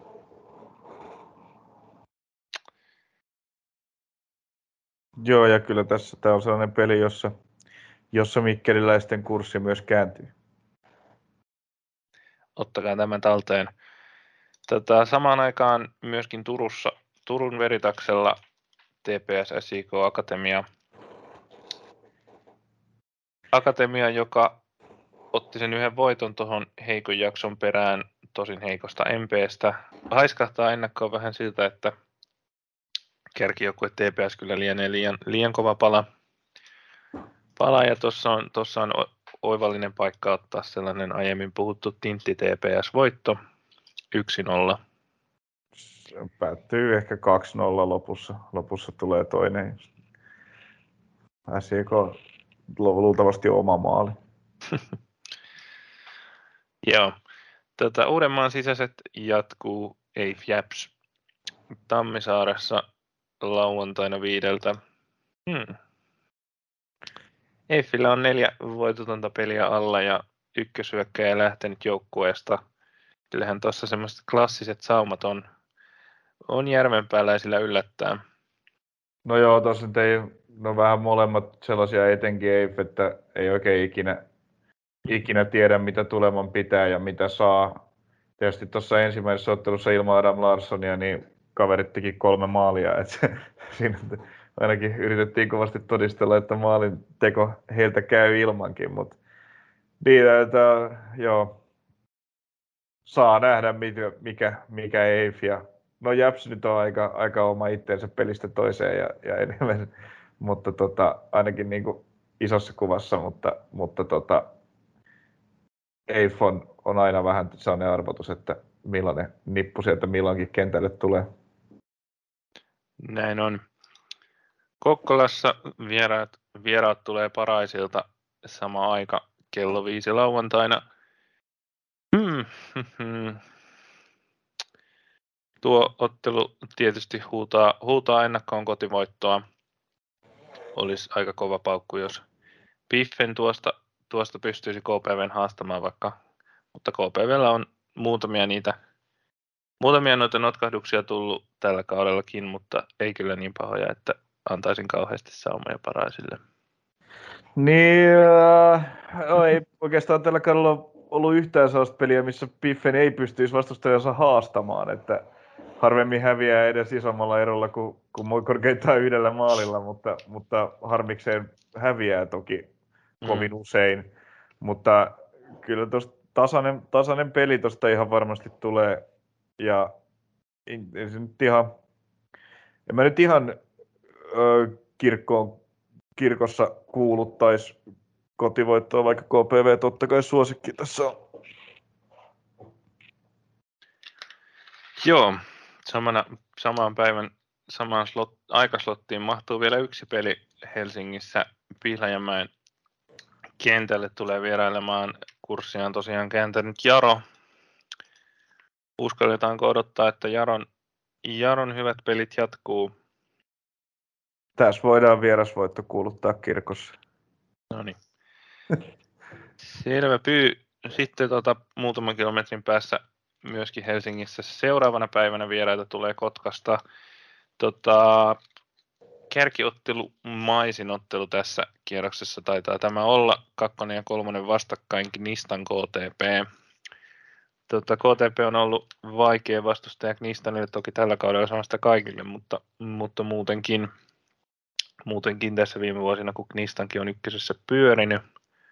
Joo, ja kyllä tässä tämä on sellainen peli, jossa, jossa mikkeliläisten kurssi myös kääntyy. Ottakaa tämän talteen. Tota, samaan aikaan myöskin Turussa, Turun Veritaksella T P S S I K Akatemia. Akatemia, joka otti sen yhden voiton tuohon heikon jakson perään, tosin heikosta M P:stä. Haiskahtaa ennakkoon vähän siltä, että kärkijoukkue T P S kyllä lienee liian, liian kova pala. pala ja tuossa on, tossa on oivallinen paikka ottaa sellainen aiemmin puhuttu Tintti T P S-voitto yksi nolla. Se päättyy ehkä kaksi nolla lopussa. Lopussa tulee toinen. S I K luultavasti oma maali. Joo. Tätä Uudenmaan sisäiset jatkuu Ei Japs Tammisaaressa lauantaina viideltä. Hmm. Eiffillä on neljä voitotonta peliä alla ja ykkösyökkäjä lähtenyt joukkueesta. Kyllähän tuossa semmoiset klassiset saumat on, on järvenpääläisillä yllättää. No joo, tuossa nyt ei, no vähän molemmat sellaisia etenkin Eiff, että ei oikein ikinä, ikinä tiedä mitä tuleman pitää ja mitä saa. Tietysti tuossa ensimmäisessä ottelussa ilman Adam Larssonia, niin kaverit teki kolme maalia. Et siinä ainakin yritettiin kovasti todistella, että maalin teko heiltä käy ilmankin, mutta niin, että joo, saa nähdä mikä, mikä, mikä Eiff. Ja, no Japs nyt on aika, aika oma itteensä pelistä toiseen ja, ja enemmän, mutta tota, ainakin niin kuin isossa kuvassa, mutta, mutta tota, Eiff on, on aina vähän sellainen arvotus, että millainen nippu sieltä milloinkin kentälle tulee. Näin on. Kokkolassa vieraat, vieraat tulee Paraisilta sama aika kello viisi lauantaina. Hmm. Tuo ottelu tietysti huutaa, huutaa ennakkoon kotivoittoa. Olisi aika kova paukku, jos Piffen tuosta, tuosta pystyisi K P V:n haastamaan vaikka, mutta K P V:llä on muutamia niitä, muutamia noita notkahduksia tullut tällä kaudellakin, mutta ei kyllä niin pahoja, että antaisin kauheasti saumoja Paraisille. Niin, äh, no ei oikeastaan tällä kaudella ollut yhtään sellaista peliä, missä Piffen ei pystyisi vastustajansa haastamaan, että harvemmin häviää edes isommalla erolla kuin, kuin korkeintaan yhdellä maalilla, mutta, mutta harmikseen häviää toki kovin mm. usein. Mutta kyllä tuosta tasainen, tasainen peli tuosta ihan varmasti tulee. Ja en, en nyt ihan, en mä nyt ihan ö, kirkkoon, kirkossa kuuluttaisi kotivoittoa, vaikka K P V totta kai suosikki tässä on. Joo, samana, samaan päivän samaan slot, aikaslottiin mahtuu vielä yksi peli Helsingissä. Pihlajamäen kentälle tulee vierailemaan, kurssiaan tosiaan kääntänyt Jaro. Uskalletaanko odottaa, että Jaron, Jaron hyvät pelit jatkuu? Tässä voidaan vierasvoitto kuuluttaa kirkossa. No niin. Selvä pyy. Sitten tota, muutaman kilometrin päässä myöskin Helsingissä seuraavana päivänä vieraita tulee Kotkasta. Tota, kärkiottelu, maisin ottelu tässä kierroksessa taitaa tämä olla. Kakkonen ja kolmonen vastakkain Knistan K T P. Tota, K T P on ollut vaikea vastustaja Knistanille, toki tällä kaudella samasta kaikille, mutta, mutta muutenkin, muutenkin tässä viime vuosina, kun Knistankin on ykkösessä pyörinyt.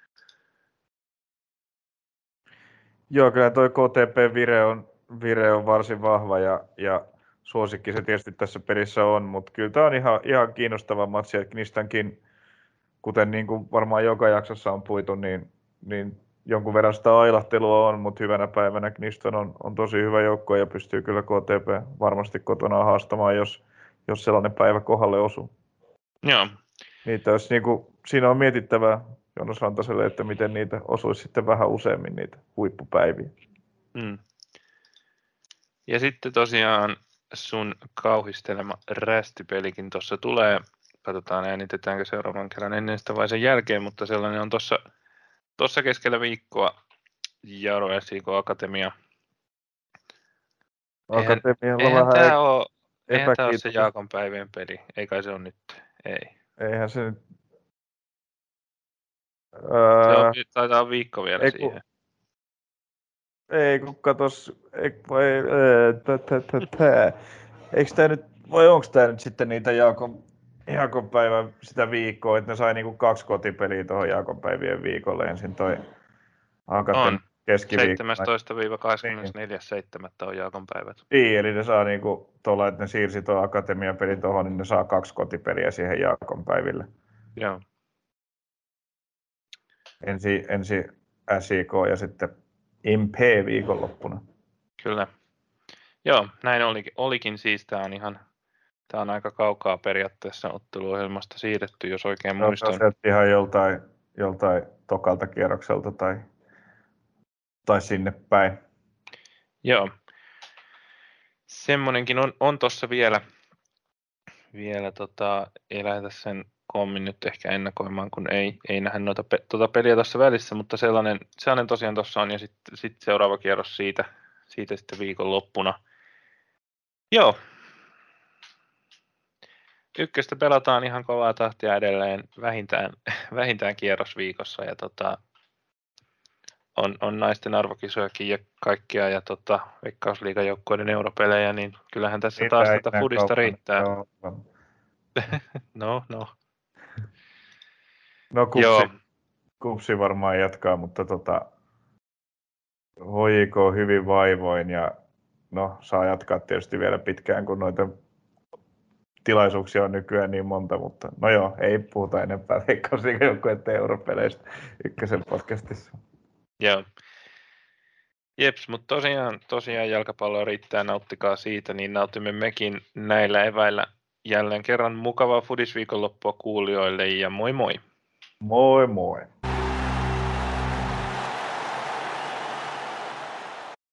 Joo, kyllä tuo K T P-vire on, vire on varsin vahva ja, ja suosikki se tietysti tässä pelissä on, mutta kyllä tämä on ihan, ihan kiinnostava matsi, että Knistankin, kuten niin kuin varmaan joka jaksossa on puitu, niin, niin jonkun verran sitä ailahtelua on, mutta hyvänä päivänä Kniston on, on tosi hyvä joukko ja pystyy kyllä K T P varmasti kotona haastamaan, jos, jos sellainen päivä kohdalle osuu. Joo. Niitä olisi, niin kuin, siinä on mietittävää Joonas Rantaselle, että miten niitä osuisi sitten vähän useammin niitä huippupäiviä. Mm. Ja sitten tosiaan sun kauhistelema rästipelikin tuossa tulee. Katsotaan äänitetäänkö seuraavan kerran ennen sitä vai sen jälkeen, mutta sellainen on tuossa tossa keskellä viikkoa. Jaro S I K Akatemia. Akatemialla eihän vähän tämä ole, eihän tää ole se epäkiitosta. Jaakon päivien peli. Ei kai se on nyt. Ei. Eihän se nyt... Se on, Öö, taitaa olla viikko vielä ei, siihen. Kun, ei kun katos... Ei, vai, ee, tä, tä, tä, tä. Eikö tää nyt... Vai onko tää nyt sitten niitä Jaakon, Jaakon päivän sitä viikkoa, että ne sai niinku kaksi kotipeliä tuohon Jaakon päivien viikolle ensin toi Akatemia On. keskiviikkona. seitsemästoista kahdeskymmenesneljäs seitsemättä on Jaakon päivät. Niin, eli ne saa niinku tuolla, että ne siirsi tuon Akatemian pelin tuohon, niin ne saa kaksi kotipeliä siihen Jaakon päiville. Joo. Ensi, ensi S I K ja sitten M P viikonloppuna. Kyllä. Joo, näin olikin, olikin siis. Tämä on ihan, tämä on aika kaukaa periaatteessa otteluohjelmasta siirretty, jos oikein No, muistan. se on ihan joltain, joltain tokalta kierrokselta tai, tai sinne päin. Joo. Semmonenkin on, on tuossa vielä, vielä tota, ei lähdetä sen kommin nyt ehkä ennakoimaan, kun ei, ei nähdä noita pe, tuota peliä tuossa välissä, mutta sellainen, sellainen tosiaan tuossa on, ja sitten sit seuraava kierros siitä, siitä sitten viikonloppuna. Joo. Ykköstä pelataan ihan kovaa tahtia edelleen, vähintään, vähintään kierros viikossa, ja tota, on, on naisten arvokisojakin ja kaikkia, ja tota, Veikkausliigajoukkueiden europelejä, niin kyllähän tässä Niitä taas ei tätä enää fudista kaupan riittää. ole. No, no. No Joo. kupsi, kupsi varmaan jatkaa, mutta tota, H J K hyvin vaivoin ja no, saa jatkaa tietysti vielä pitkään, kun noita tilaisuuksia on nykyään niin monta, mutta no joo, ei puhuta enempää Veikkausliigajoukkueiden europeleistä ykkösen podcastissa. Joo. Jeps, mutta tosiaan, tosiaan jalkapalloa riittää, nauttikaa siitä, niin nautimme mekin näillä eväillä jälleen kerran mukavaa Fudisviikonloppua kuulijoille ja moi moi! Moi moi!